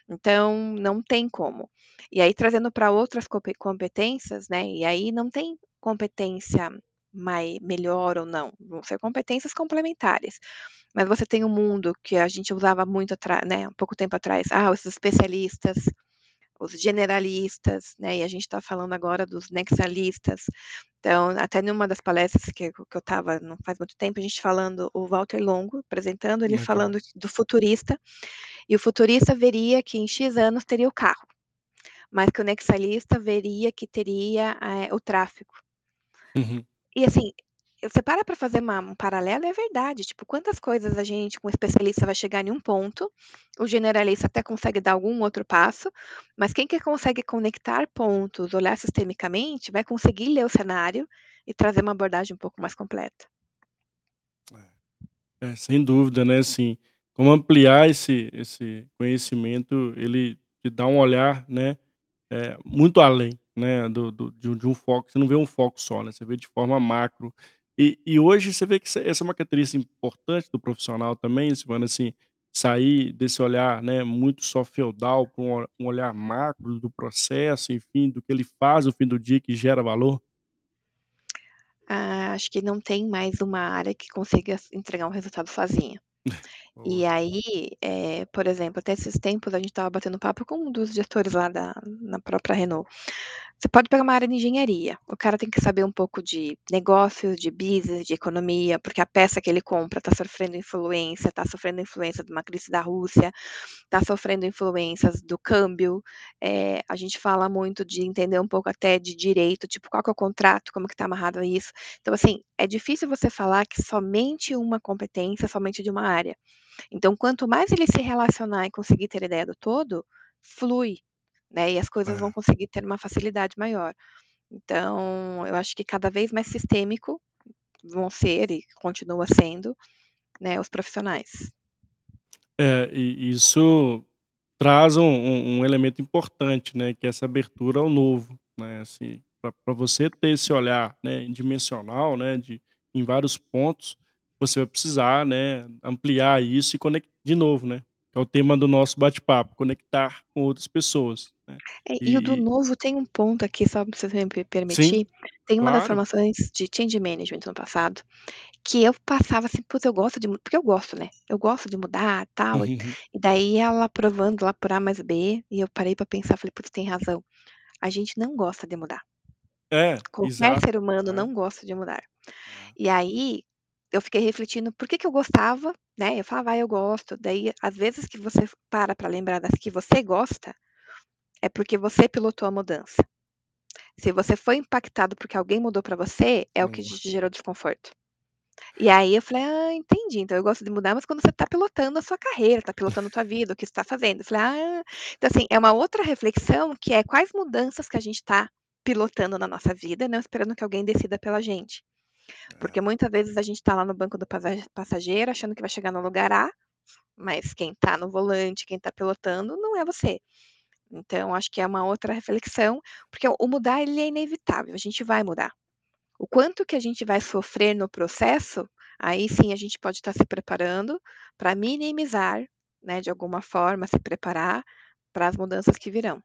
[SPEAKER 2] Então não tem como. E aí trazendo pra outras compe competências, né, e aí não tem competência mai melhor ou não, vão ser competências complementares. Mas você tem um mundo que a gente usava muito atra né, há pouco tempo atrás, ah, os especialistas, os generalistas, né, e a gente tá falando agora dos nexalistas. Então, até numa das palestras que que eu estava não faz muito tempo, a gente falando o Walter Longo apresentando, ele
[SPEAKER 1] Legal.
[SPEAKER 2] falando do futurista, e o futurista veria que em "x" anos teria o carro, mas que o nexalista veria que teria, eh, o tráfego.
[SPEAKER 1] Uhum.
[SPEAKER 2] E assim você para pra fazer uma um paralelo, é verdade, tipo, quantas coisas a gente com especialista vai chegar em um ponto, o generalista até consegue dar algum outro passo, mas quem que consegue conectar pontos, olhar sistemicamente, vai conseguir ler o cenário e trazer uma abordagem um pouco mais completa.
[SPEAKER 1] É, é, sem dúvida, né, assim, como ampliar esse esse conhecimento, ele te dá um olhar, né, eh, muito além, né, do do de um de um foco, você não vê um foco só, né, você vê de forma macro. E e hoje você vê que essa essa é uma característica importante do profissional também, Silvana, assim, sair desse olhar, né, muito só feudal para um o um olhar macro do processo, enfim, do que ele faz no fim do dia que gera valor?
[SPEAKER 2] Ah, acho que não tem mais uma área que consiga s entregar um resultado sozinha. E
[SPEAKER 1] Boa.
[SPEAKER 2] aí, eh, por exemplo, até esses tempos a gente estava batendo papo com um dos gestores lá da na própria Renault. Você pode pegar uma área de engenharia, o cara tem que saber um pouco de negócios, de business, de economia, porque a peça que ele compra está sofrendo influência, está sofrendo influência de uma crise da Rússia, está sofrendo influências do câmbio. Eh, a gente fala muito de entender um pouco até de direito, tipo, qual que é o contrato, como que está amarrado a isso. Então, assim, é difícil você falar que somente uma competência, somente de uma área. Então, quanto mais ele se relacionar e conseguir ter ideia do todo, flui, né, e as coisas vão
[SPEAKER 1] É.
[SPEAKER 2] conseguir ter uma facilidade maior. Então, eu acho que cada vez mais sistêmico vão ser e continua sendo, né, os profissionais.
[SPEAKER 1] É, e isso traz um um um elemento importante, né, que é essa abertura ao novo, né, assim, para você ter esse olhar, né, dimensional, né, de em vários pontos, você vai precisar, né, ampliar isso e conec de novo, né, que é o tema do nosso bate-papo, conectar com outras pessoas, né.
[SPEAKER 2] É, e o do
[SPEAKER 1] E e
[SPEAKER 2] novo tem um ponto aqui, só se você me
[SPEAKER 1] sim,
[SPEAKER 2] permitir, tem uma das
[SPEAKER 1] claro.
[SPEAKER 2] formações de change management no passado, que eu passava assim: "Putz, eu gosto de mu", porque eu gosto, né, eu gosto de mudar, tal, e e daí ela provando lá por A mais B, e eu parei pra pensar, falei: "Putz, tem razão, a gente não gosta de mudar".
[SPEAKER 1] É,
[SPEAKER 2] Qualquer
[SPEAKER 1] exato.
[SPEAKER 2] ser humano
[SPEAKER 1] É,
[SPEAKER 2] não gosta de mudar.
[SPEAKER 1] é,
[SPEAKER 2] E aí, eu fiquei refletindo por que que eu gostava, né, eu falava: "Ah, eu gosto", daí às vezes que você para pra lembrar das que você gosta, é porque você pilotou a mudança. Se você foi impactado porque alguém mudou pra você, é o
[SPEAKER 1] não
[SPEAKER 2] que te
[SPEAKER 1] gosto.
[SPEAKER 2] gerou desconforto. E aí eu falei: "Ah, entendi, então eu gosto de mudar, mas quando você tá pilotando a sua carreira, tá pilotando a tua vida, o que você tá fazendo". Eu falei: "Ah". Então assim, é uma outra reflexão que é quais mudanças que a gente tá pilotando na nossa vida, não esperando que alguém decida pela gente. Porque
[SPEAKER 1] É.
[SPEAKER 2] muitas vezes a gente tá lá no banco do pasa passageiro achando que vai chegar no lugar A, mas quem tá no volante, quem tá pilotando não é você. Então acho que é uma outra reflexão, porque o mudar ele é inevitável, a gente vai mudar. O quanto que a gente vai sofrer no processo, aí sim a gente pode estar se preparando para minimizar, né, de alguma forma, se preparar para as mudanças que virão.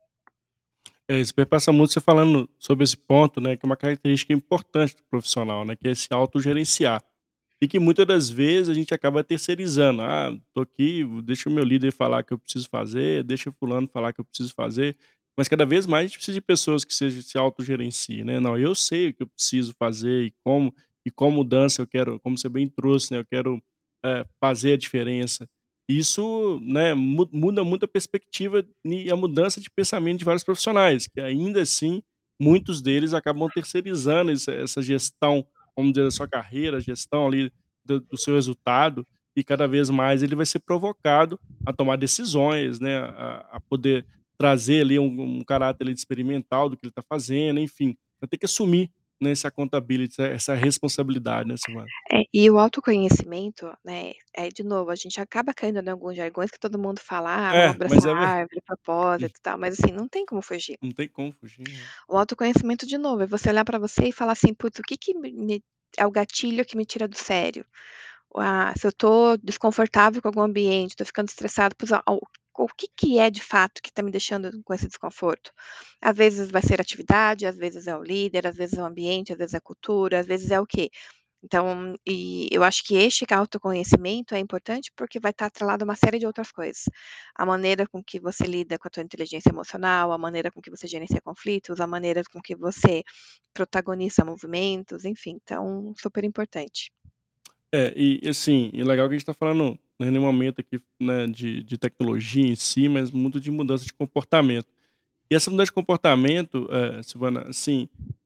[SPEAKER 1] É, isso perpassa muito você falando sobre esse ponto, né, que é uma característica importante do profissional, né, que é se autogerenciar. E que muitas das vezes a gente acaba terceirizando. "Ah, tô aqui, deixa o meu líder falar que eu preciso fazer, deixa o fulano falar que eu preciso fazer", mas cada vez mais a gente precisa de pessoas que seja se autogerenciem, né. "Não, eu sei o que eu preciso fazer e como e qual mudança eu quero", como você bem trouxe, né, "eu quero, eh, fazer a diferença". Isso, né, mu muda muito a perspectiva e a mudança de pensamento de vários profissionais, que ainda assim, muitos deles acabam terceirizando essa essa gestão, vamos dizer, da sua carreira, a gestão ali do do seu resultado, e cada vez mais ele vai ser provocado a tomar decisões, né, a a poder trazer ali um um caráter ali de experimental do que ele está fazendo, enfim, vai ter que assumir, né, essa accountability, essa responsabilidade, né, Silvana.
[SPEAKER 2] É, e o autoconhecimento, né, é de novo, a gente acaba caindo em alguns jargões que todo mundo fala: "Ah, vamos
[SPEAKER 1] É, mas
[SPEAKER 2] abraçar
[SPEAKER 1] é
[SPEAKER 2] a
[SPEAKER 1] ver
[SPEAKER 2] árvore, propósito e tal", mas assim, não tem como fugir.
[SPEAKER 1] não tem como fugir, né.
[SPEAKER 2] O autoconhecimento, de novo, é você olhar pra você e falar assim: "Putz, o que que me me é o gatilho que me tira do sério?". Ah, se eu tô desconfortável com algum ambiente, tô ficando estressado, pois a o o que que é de fato que tá me deixando com esse desconforto? Às vezes vai ser atividade, às vezes é o líder, às vezes é o ambiente, às vezes é a cultura, às vezes é o quê? Então, e eu acho que este autoconhecimento é importante, porque vai estar atrelado a uma série de outras coisas. A maneira com que você lida com a tua inteligência emocional, a maneira com que você gerencia conflitos, a maneira com que você protagoniza movimentos, enfim, então super importante.
[SPEAKER 1] É, e assim, e legal que a gente tá falando, né, em momento aqui, né, de de tecnologia em si, mas muito de mudança de comportamento. E essa mudança de comportamento, eh, Silvana, assim,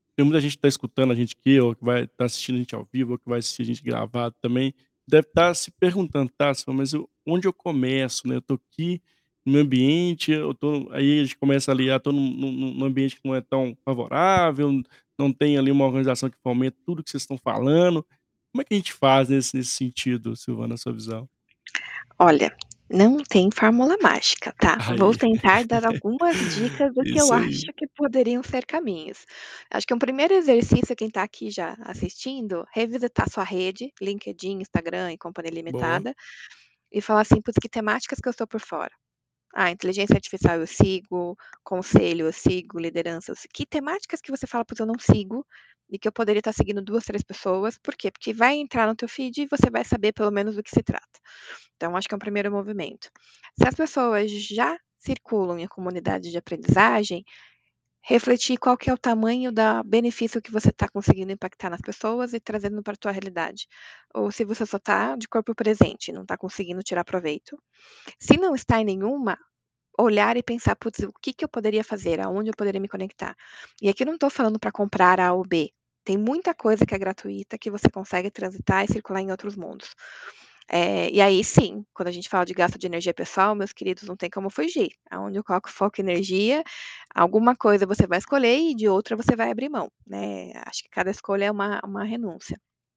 [SPEAKER 1] tem muita gente que tá escutando a gente aqui, ou que vai estar assistindo a gente ao vivo, ou que vai assistir a gente gravado também, deve estar se perguntando: "Tá, Silvana, mas eu onde eu começo, né, eu tô aqui no meu ambiente, eu tô", aí a gente começa ali: "Ah, tô num num num ambiente que não é tão favorável, não tem ali uma organização que fomenta tudo que vocês estão falando". Como é que a gente faz nesse nesse sentido, Silvana, na sua visão?
[SPEAKER 2] Olha, não tem fórmula mágica, tá. Vou
[SPEAKER 1] Aí,
[SPEAKER 2] tentar dar algumas dicas do que eu
[SPEAKER 1] isso
[SPEAKER 2] acho
[SPEAKER 1] aí.
[SPEAKER 2] que poderiam ser caminhos. Acho que um primeiro exercício, quem tá aqui já assistindo, revisitar sua rede, LinkedIn, Instagram e companhia
[SPEAKER 1] Boa.
[SPEAKER 2] limitada, e falar assim: "Putz, que temáticas que eu estou por fora? Ah, inteligência artificial eu sigo, conselho eu sigo, liderança eu sigo". Que temáticas que você fala: "Putz, eu não sigo", e que eu poderia estar seguindo duas, três pessoas, por quê? Porque vai entrar no teu feed e você vai saber pelo menos do que se trata. Então acho que é um primeiro movimento. Se as pessoas já circulam em comunidade de aprendizagem, refletir qual que é o tamanho da benefício que você está conseguindo impactar nas pessoas e trazendo para a tua realidade. Ou se você só está de corpo presente, não está conseguindo tirar proveito. Se não está em nenhuma, olhar e pensar: "Putz, o que que eu poderia fazer? Aonde eu poderia me conectar?". E aqui eu não estou falando para comprar A ou B, tem muita coisa que é gratuita, que você consegue transitar e circular em outros mundos. Eh, e aí sim, quando a gente fala de gasto de energia pessoal, meus queridos, não tem como fugir. Aonde eu coloco foco e energia, alguma coisa você vai escolher e de outra você vai abrir mão, né. Acho que cada escolha é uma uma renúncia.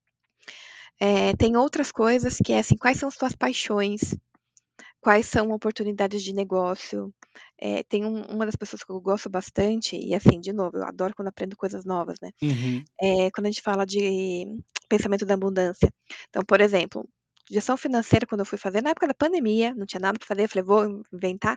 [SPEAKER 2] Eh, tem outras coisas que é assim, quais são as tuas paixões? Quais são oportunidades de negócio? Eh, tem um uma das pessoas que eu gosto bastante e, assim, de novo, eu adoro quando aprendo coisas novas, né,
[SPEAKER 1] Uhum.
[SPEAKER 2] eh, quando a gente fala de pensamento da abundância. Então, por exemplo, gestão financeira, quando eu fui fazer na época da pandemia, não tinha nada para fazer, eu falei: "Vou inventar".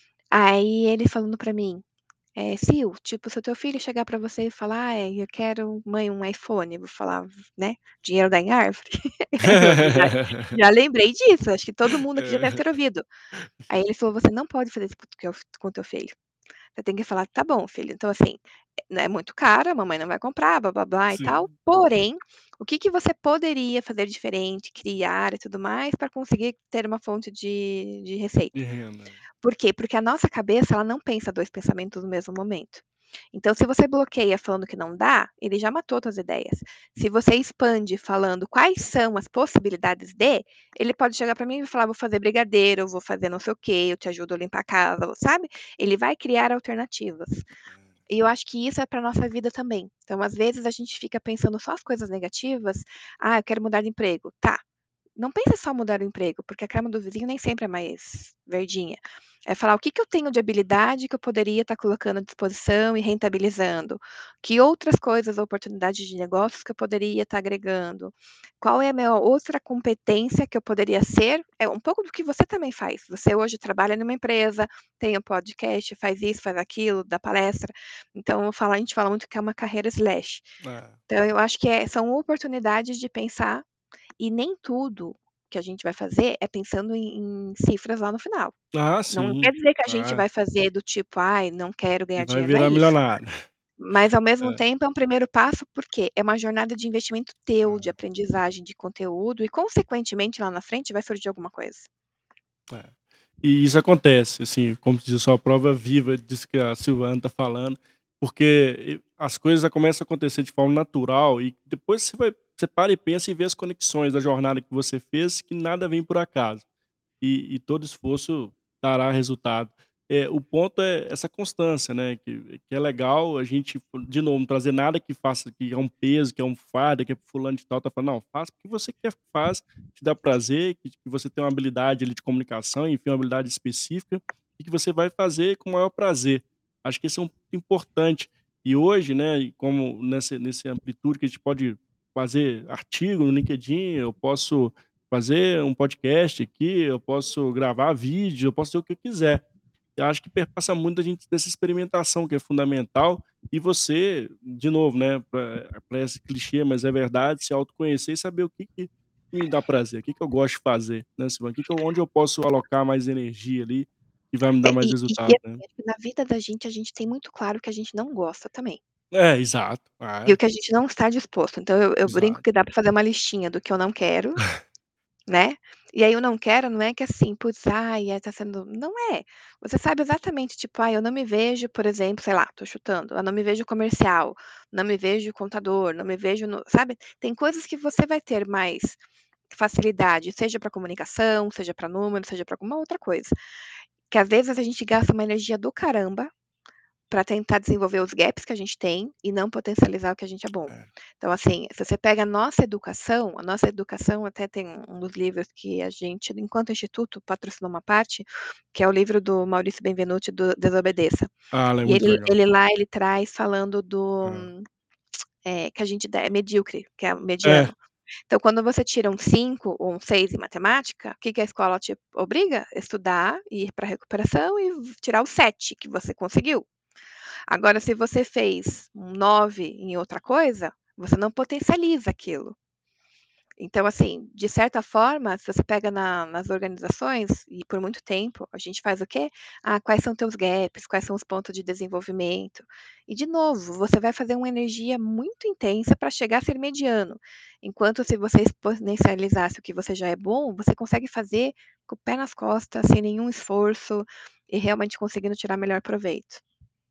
[SPEAKER 2] Aí ele falando para mim, eh: "Sil, tipo, se o teu filho chegar para você e falar: 'Ai, eu quero, mãe, um iPhone'", eu vou falar, né, dinheiro dá em árvore? Eu já já lembrei disso, acho que todo mundo aqui já deve
[SPEAKER 1] É.
[SPEAKER 2] ter ouvido. Aí ele falou: "Você não pode fazer isso com o teu com o teu filho. Você tem que falar: 'Tá bom, filho, então, assim, é é muito caro, a mamãe não vai comprar, blá-blá-blá e tal,
[SPEAKER 1] Sim.
[SPEAKER 2] porém, o que que você poderia fazer diferente, criar e tudo mais, para conseguir ter uma fonte de de
[SPEAKER 1] De
[SPEAKER 2] receita?'".
[SPEAKER 1] renda.
[SPEAKER 2] Por quê? Porque a nossa cabeça, ela não pensa dois pensamentos no mesmo momento. Então, se você bloqueia falando que não dá, ele já matou tuas ideias. Se você expande falando quais são as possibilidades de, ele pode chegar para mim e falar: "Vou fazer brigadeiro, eu vou fazer não sei o quê, eu te ajudo a limpar a casa", sabe? Ele vai criar alternativas. E eu acho que isso é para nossa vida também. Então, às vezes, a gente fica pensando só as coisas negativas: "Ah, eu quero mudar de emprego", tá. Não pense só mudar o emprego, porque a grama do vizinho nem sempre é mais verdinha. É falar: "O que que eu tenho de habilidade que eu poderia estar colocando à disposição e rentabilizando? Que outras coisas, oportunidades de negócios que eu poderia estar agregando? Qual é a minha outra competência que eu poderia ser?". É um pouco do que você também faz. Você hoje trabalha numa empresa, tem um podcast, faz isso, faz aquilo, dá palestra. Então eu falo a gente fala muito que é uma carreira slash.
[SPEAKER 1] É.
[SPEAKER 2] Então eu acho que é são oportunidades de pensar e nem tudo que a gente vai fazer é pensando em em cifras lá no final.
[SPEAKER 1] Ah,
[SPEAKER 2] Não quer
[SPEAKER 1] sim.
[SPEAKER 2] dizer que a gente
[SPEAKER 1] Ah,
[SPEAKER 2] vai fazer do tipo: "Ai, não quero
[SPEAKER 1] e
[SPEAKER 2] ganhar
[SPEAKER 1] vai
[SPEAKER 2] dinheiro", não é
[SPEAKER 1] virar
[SPEAKER 2] isso.
[SPEAKER 1] milionário.
[SPEAKER 2] Mas ao mesmo
[SPEAKER 1] É,
[SPEAKER 2] tempo é um primeiro passo, porque é uma jornada de investimento teu, de
[SPEAKER 1] é,
[SPEAKER 2] aprendizagem, de conteúdo e consequentemente lá na frente vai surgir alguma coisa.
[SPEAKER 1] é. E isso acontece, assim, como diz, eu sou a prova viva disso que a Silvana tá falando, porque e as coisas começam a acontecer de forma natural e depois você vai você para e pensa e vê as conexões da jornada que você fez, que nada vem por acaso. E e todo esforço dará resultado. Eh, o ponto é essa constância, né, que que é legal a gente, de novo, não trazer nada que faça que é um peso, que é um fardo, que é fulano de tal tá falando, não, faça porque você quer faz, te dá prazer, que que você tem uma habilidade ali de comunicação, enfim, uma habilidade específica, e que você vai fazer com o maior prazer. Acho que esse é um ponto importante. E hoje, né, e como nessa nesse amplitude que a gente pode fazer artigo no LinkedIn, eu posso fazer um podcast aqui, eu posso gravar vídeo, eu posso fazer o que eu quiser. Eu acho que perpassa muito da gente dessa experimentação que é fundamental, e você, de novo, né, pra parece clichê, mas é verdade, se autoconhecer e saber o que que me dá prazer, o que que eu gosto de fazer, né, Silvana, o que que eu onde eu posso alocar mais energia ali, que vai me dar
[SPEAKER 2] É,
[SPEAKER 1] mais
[SPEAKER 2] e e e
[SPEAKER 1] resultado, né.
[SPEAKER 2] assim, acho que na vida da gente, a gente tem muito claro o que a gente não gosta também,
[SPEAKER 1] É, exato.
[SPEAKER 2] e
[SPEAKER 1] Ah,
[SPEAKER 2] o que a gente não está disposto. Então eu eu brinco
[SPEAKER 1] exato.
[SPEAKER 2] que dá para fazer uma listinha do que eu não quero, né, E aí o não quero não é que assim, putz, ai, eh, tá sendo não é. Você sabe exatamente, tipo: "Ai, eu não me vejo, por exemplo, sei lá, tô chutando, eu não me vejo comercial, não me vejo contador, não me vejo no", sabe. Tem coisas que você vai ter mais facilidade, seja para comunicação, seja para número, seja para alguma outra coisa, que às vezes a gente gasta uma energia do caramba para tentar desenvolver os gaps que a gente tem e não potencializar o que a gente é bom.
[SPEAKER 1] É.
[SPEAKER 2] Então, assim, se você pega a nossa educação, a nossa educação até tem um dos livros que a gente, enquanto instituto, patrocinou uma parte, que é o livro do Maurício Benvenuti, do Desobedeça.
[SPEAKER 1] Ah, ela é
[SPEAKER 2] E
[SPEAKER 1] muito
[SPEAKER 2] ele
[SPEAKER 1] legal.
[SPEAKER 2] ele lá, ele traz falando do,
[SPEAKER 1] É.
[SPEAKER 2] eh, que a gente é medíocre, que é
[SPEAKER 1] É.
[SPEAKER 2] mediano. Então, quando você tira um cinco ou um seis em matemática, o que que a escola te obriga? Estudar, ir para recuperação e tirar o sete que você conseguiu. Agora, se você fez um nove em outra coisa, você não potencializa aquilo. Então, assim, de certa forma, se você pega na nas organizações, e por muito tempo, a gente faz o quê? Ah, quais são teus gaps, quais são os pontos de desenvolvimento. E, de novo, você vai fazer uma energia muito intensa para chegar a ser mediano. Enquanto se você exponencializasse o que você já é bom, você consegue fazer com o pé nas costas, sem nenhum esforço, e realmente conseguindo tirar melhor proveito.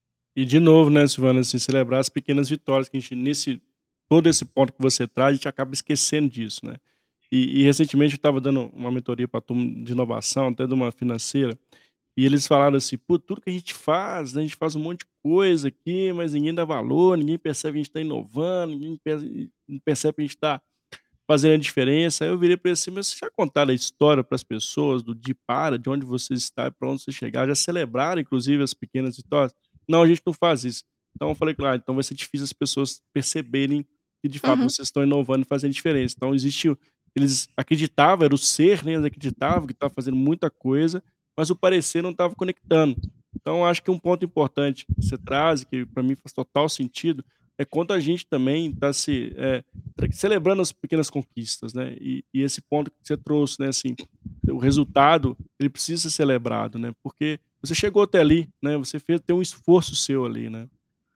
[SPEAKER 1] E de novo, né, Silvana, assim, celebrar as pequenas vitórias que a gente nesse todo esse ponto que você traz, a gente acaba esquecendo disso, né. E e recentemente eu estava dando uma mentoria pra turma de inovação, até de uma financeira, e eles falaram assim: "Pô, tudo que a gente faz, né, a gente faz um monte de coisa aqui, mas ninguém dá valor, ninguém percebe que a gente tá inovando, ninguém per não percebe que a gente tá fazendo a diferença". Aí eu virei pra ele assim: "Mas vocês já contaram a história para as pessoas do de para, de onde você está e pra onde você chegar? Já celebraram inclusive as pequenas vitórias?". "Não, a gente não faz isso". Então eu falei: "Claro, então vai ser difícil as pessoas perceberem que de fato
[SPEAKER 2] Uhum.
[SPEAKER 1] vocês estão inovando e fazendo diferença". Então existe o eles acreditavam, era o ser, né, eles acreditavam que estava fazendo muita coisa, mas o parecer não estava conectando. Então eu acho que um ponto importante que você traz, que para mim faz total sentido, é quanto a gente também está se, eh, tra celebrando as pequenas conquistas, né. E e esse ponto que você trouxe, né, assim, o resultado, ele precisa ser celebrado, né, porque você chegou até ali, né, você fez tem um esforço seu ali, né.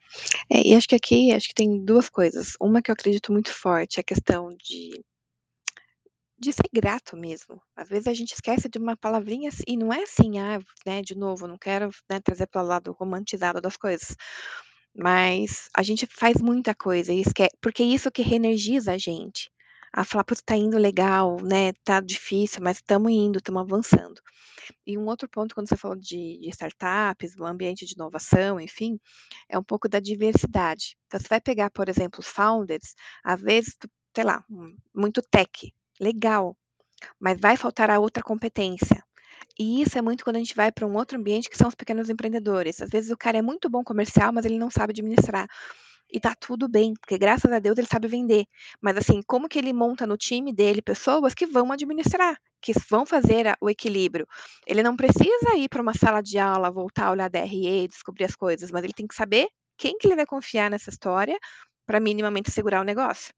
[SPEAKER 2] É, e acho que aqui, acho que tem duas coisas. Uma que eu acredito muito forte, é a questão de de ser grato mesmo. Às vezes a gente esquece de uma palavrinha assi e não é assim, ah, né, de novo, não quero, né, trazer para o lado romantizado das coisas, mas a gente faz muita coisa e esque porque isso que reenergiza a gente, a falar: "Putz, tá indo legal, né, tá difícil, mas estamos indo, estamos avançando". E um outro ponto, quando você falou de de startups, do ambiente de inovação, enfim, é um pouco da diversidade. Então você vai pegar, por exemplo, os founders, às vezes, tu sei lá, hum, muito tech, legal, mas vai faltar a outra competência. E isso é muito quando a gente vai para um outro ambiente que são os pequenos empreendedores. Às vezes o cara é muito bom comercial, mas ele não sabe administrar. E tá tudo bem, porque graças a Deus ele sabe vender. Mas assim, como que ele monta no time dele pessoas que vão administrar, que vão fazer a o equilíbrio. Ele não precisa ir para uma sala de aula, voltar a olhar D R E, descobrir as coisas, mas ele tem que saber quem que ele vai confiar nessa história para minimamente segurar o negócio.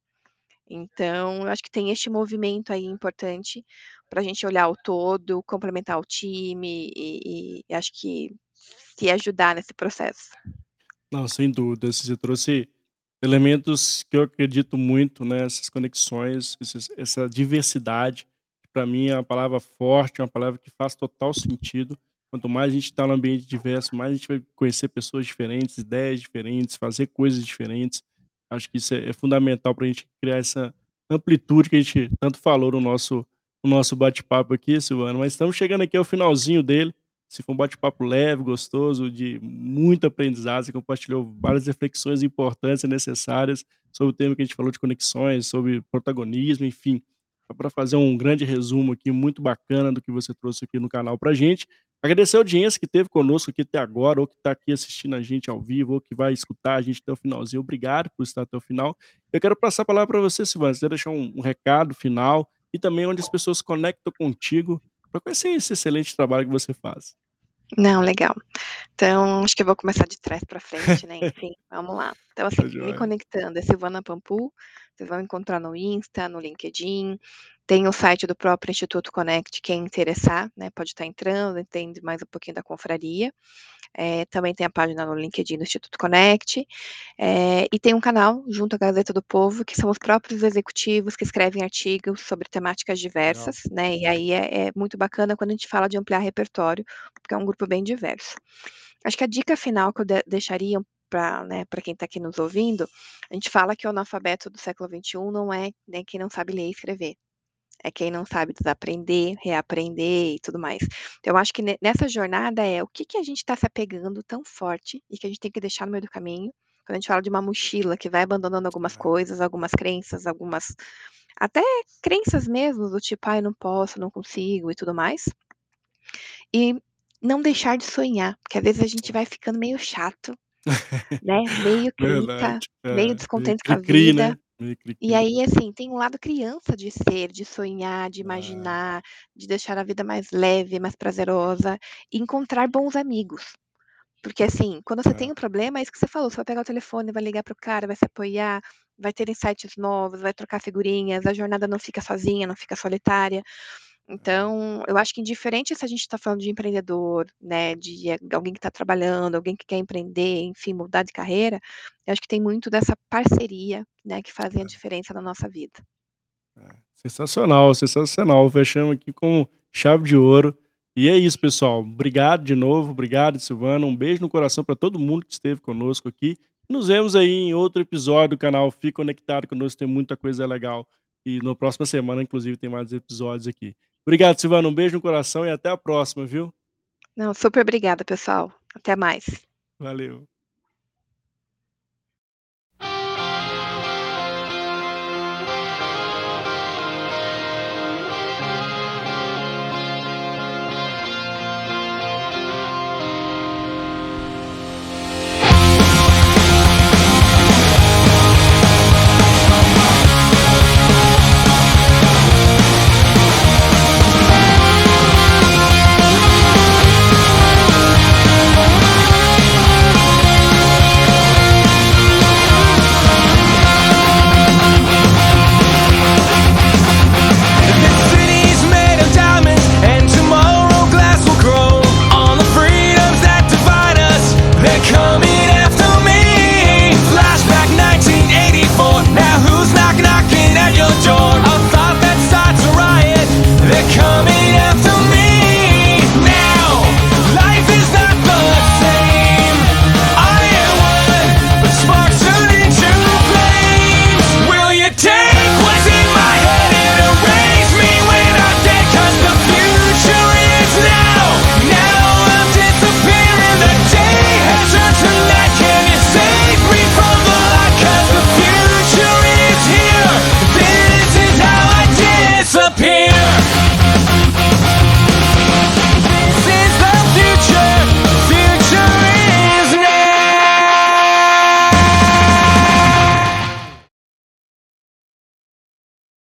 [SPEAKER 2] Então, eu acho que tem este movimento aí importante para a gente olhar o todo, complementar o time e e acho que se ajudar nesse processo.
[SPEAKER 1] Não, sem dúvida, assim, você trouxe elementos que eu acredito muito, né, essas conexões, esses essa diversidade, para mim é uma palavra forte, é uma palavra que faz total sentido. Quanto mais a gente está num ambiente diverso, mais a gente vai conhecer pessoas diferentes, ideias diferentes, fazer coisas diferentes. Acho que isso é é fundamental para a gente criar essa amplitude que a gente tanto falou no nosso no nosso bate-papo aqui, Silvana, mas estamos chegando aqui ao finalzinho dele. Se foi um bate-papo leve, gostoso, de muito aprendizado, você compartilhou várias reflexões importantes e necessárias sobre o tema que a gente falou de conexões, sobre protagonismo, enfim. Só para fazer um grande resumo aqui, muito bacana do que você trouxe aqui no canal pra gente. Agradecer a audiência que esteve conosco aqui até agora, ou que está aqui assistindo a gente ao vivo, ou que vai escutar a gente até o finalzinho. Obrigado por estar até o final. Eu quero passar a palavra para você, Silvana, você quer deixar um um recado final e também onde as pessoas conectam contigo para conhecer esse excelente trabalho que você faz.
[SPEAKER 2] Não, legal. Então, acho que eu vou começar de trás para frente, né, enfim, vamos lá. Então, assim,
[SPEAKER 1] Tá
[SPEAKER 2] me
[SPEAKER 1] joia.
[SPEAKER 2] conectando, é Silvana Pampul, Vocês vão encontrar no Insta, no LinkedIn, tem o site do próprio Instituto Connect, quem interessar, né, pode estar entrando, entende mais um pouquinho da confraria. Eh, também tem a página no LinkedIn do Instituto Connect, eh, e tem um canal junto à Gazeta do Povo, que são os próprios executivos que escrevem artigos sobre temáticas
[SPEAKER 1] Legal.
[SPEAKER 2] diversas, né, e aí é é muito bacana quando a gente fala de ampliar repertório, porque é um grupo bem diverso. Acho que a dica final que eu de deixaria pra, né, pra quem tá aqui nos ouvindo, a gente fala que o analfabeto do século vinte e um não é, né, quem não sabe ler e escrever, é quem não sabe desaprender, reaprender e tudo mais. Então eu acho que ne nessa jornada é o que que a gente tá se apegando tão forte e que a gente tem que deixar no meio do caminho, quando a gente fala de uma mochila que vai abandonando algumas
[SPEAKER 1] É.
[SPEAKER 2] coisas, algumas crenças, algumas até crenças mesmo do tipo: "Ai, não posso, não consigo", e tudo mais. E não deixar de sonhar, porque às vezes a gente vai ficando meio chato, né, meio
[SPEAKER 1] Verdade,
[SPEAKER 2] crica, meio
[SPEAKER 1] é, meio
[SPEAKER 2] descontente com a
[SPEAKER 1] cri-cri,
[SPEAKER 2] vida,
[SPEAKER 1] né, meio
[SPEAKER 2] e
[SPEAKER 1] cri-cri.
[SPEAKER 2] aí, assim, tem um lado criança de ser, de sonhar, de
[SPEAKER 1] É.
[SPEAKER 2] imaginar, de deixar a vida mais leve, mais prazerosa, e encontrar bons amigos. Porque, assim, quando você tem
[SPEAKER 1] É.
[SPEAKER 2] um problema, é isso que você falou, você vai pegar o telefone, vai ligar para o cara, vai se apoiar, vai ter insights novos, vai trocar figurinhas, a jornada não fica sozinha, não fica solitária.
[SPEAKER 1] É.
[SPEAKER 2] Então, eu acho que indiferente se a gente tá falando de empreendedor, né, de alguém que tá trabalhando, alguém que quer empreender, enfim, mudar de carreira, eu acho que tem muito dessa parceria, né, que fazem a
[SPEAKER 1] É.
[SPEAKER 2] diferença na nossa vida.
[SPEAKER 1] É, sensacional, sensacional, fechamos aqui com chave de ouro. E é isso pessoal, obrigado de novo, obrigado Silvana, um beijo no coração pra todo mundo que esteve conosco aqui. Nos vemos aí em outro episódio do canal, fique conectado conosco, tem muita coisa legal. E na próxima semana, inclusive, tem mais episódios aqui. Obrigado Silvana, um beijo no coração e até a próxima, viu.
[SPEAKER 2] Não, super obrigada pessoal, até mais.
[SPEAKER 1] Valeu.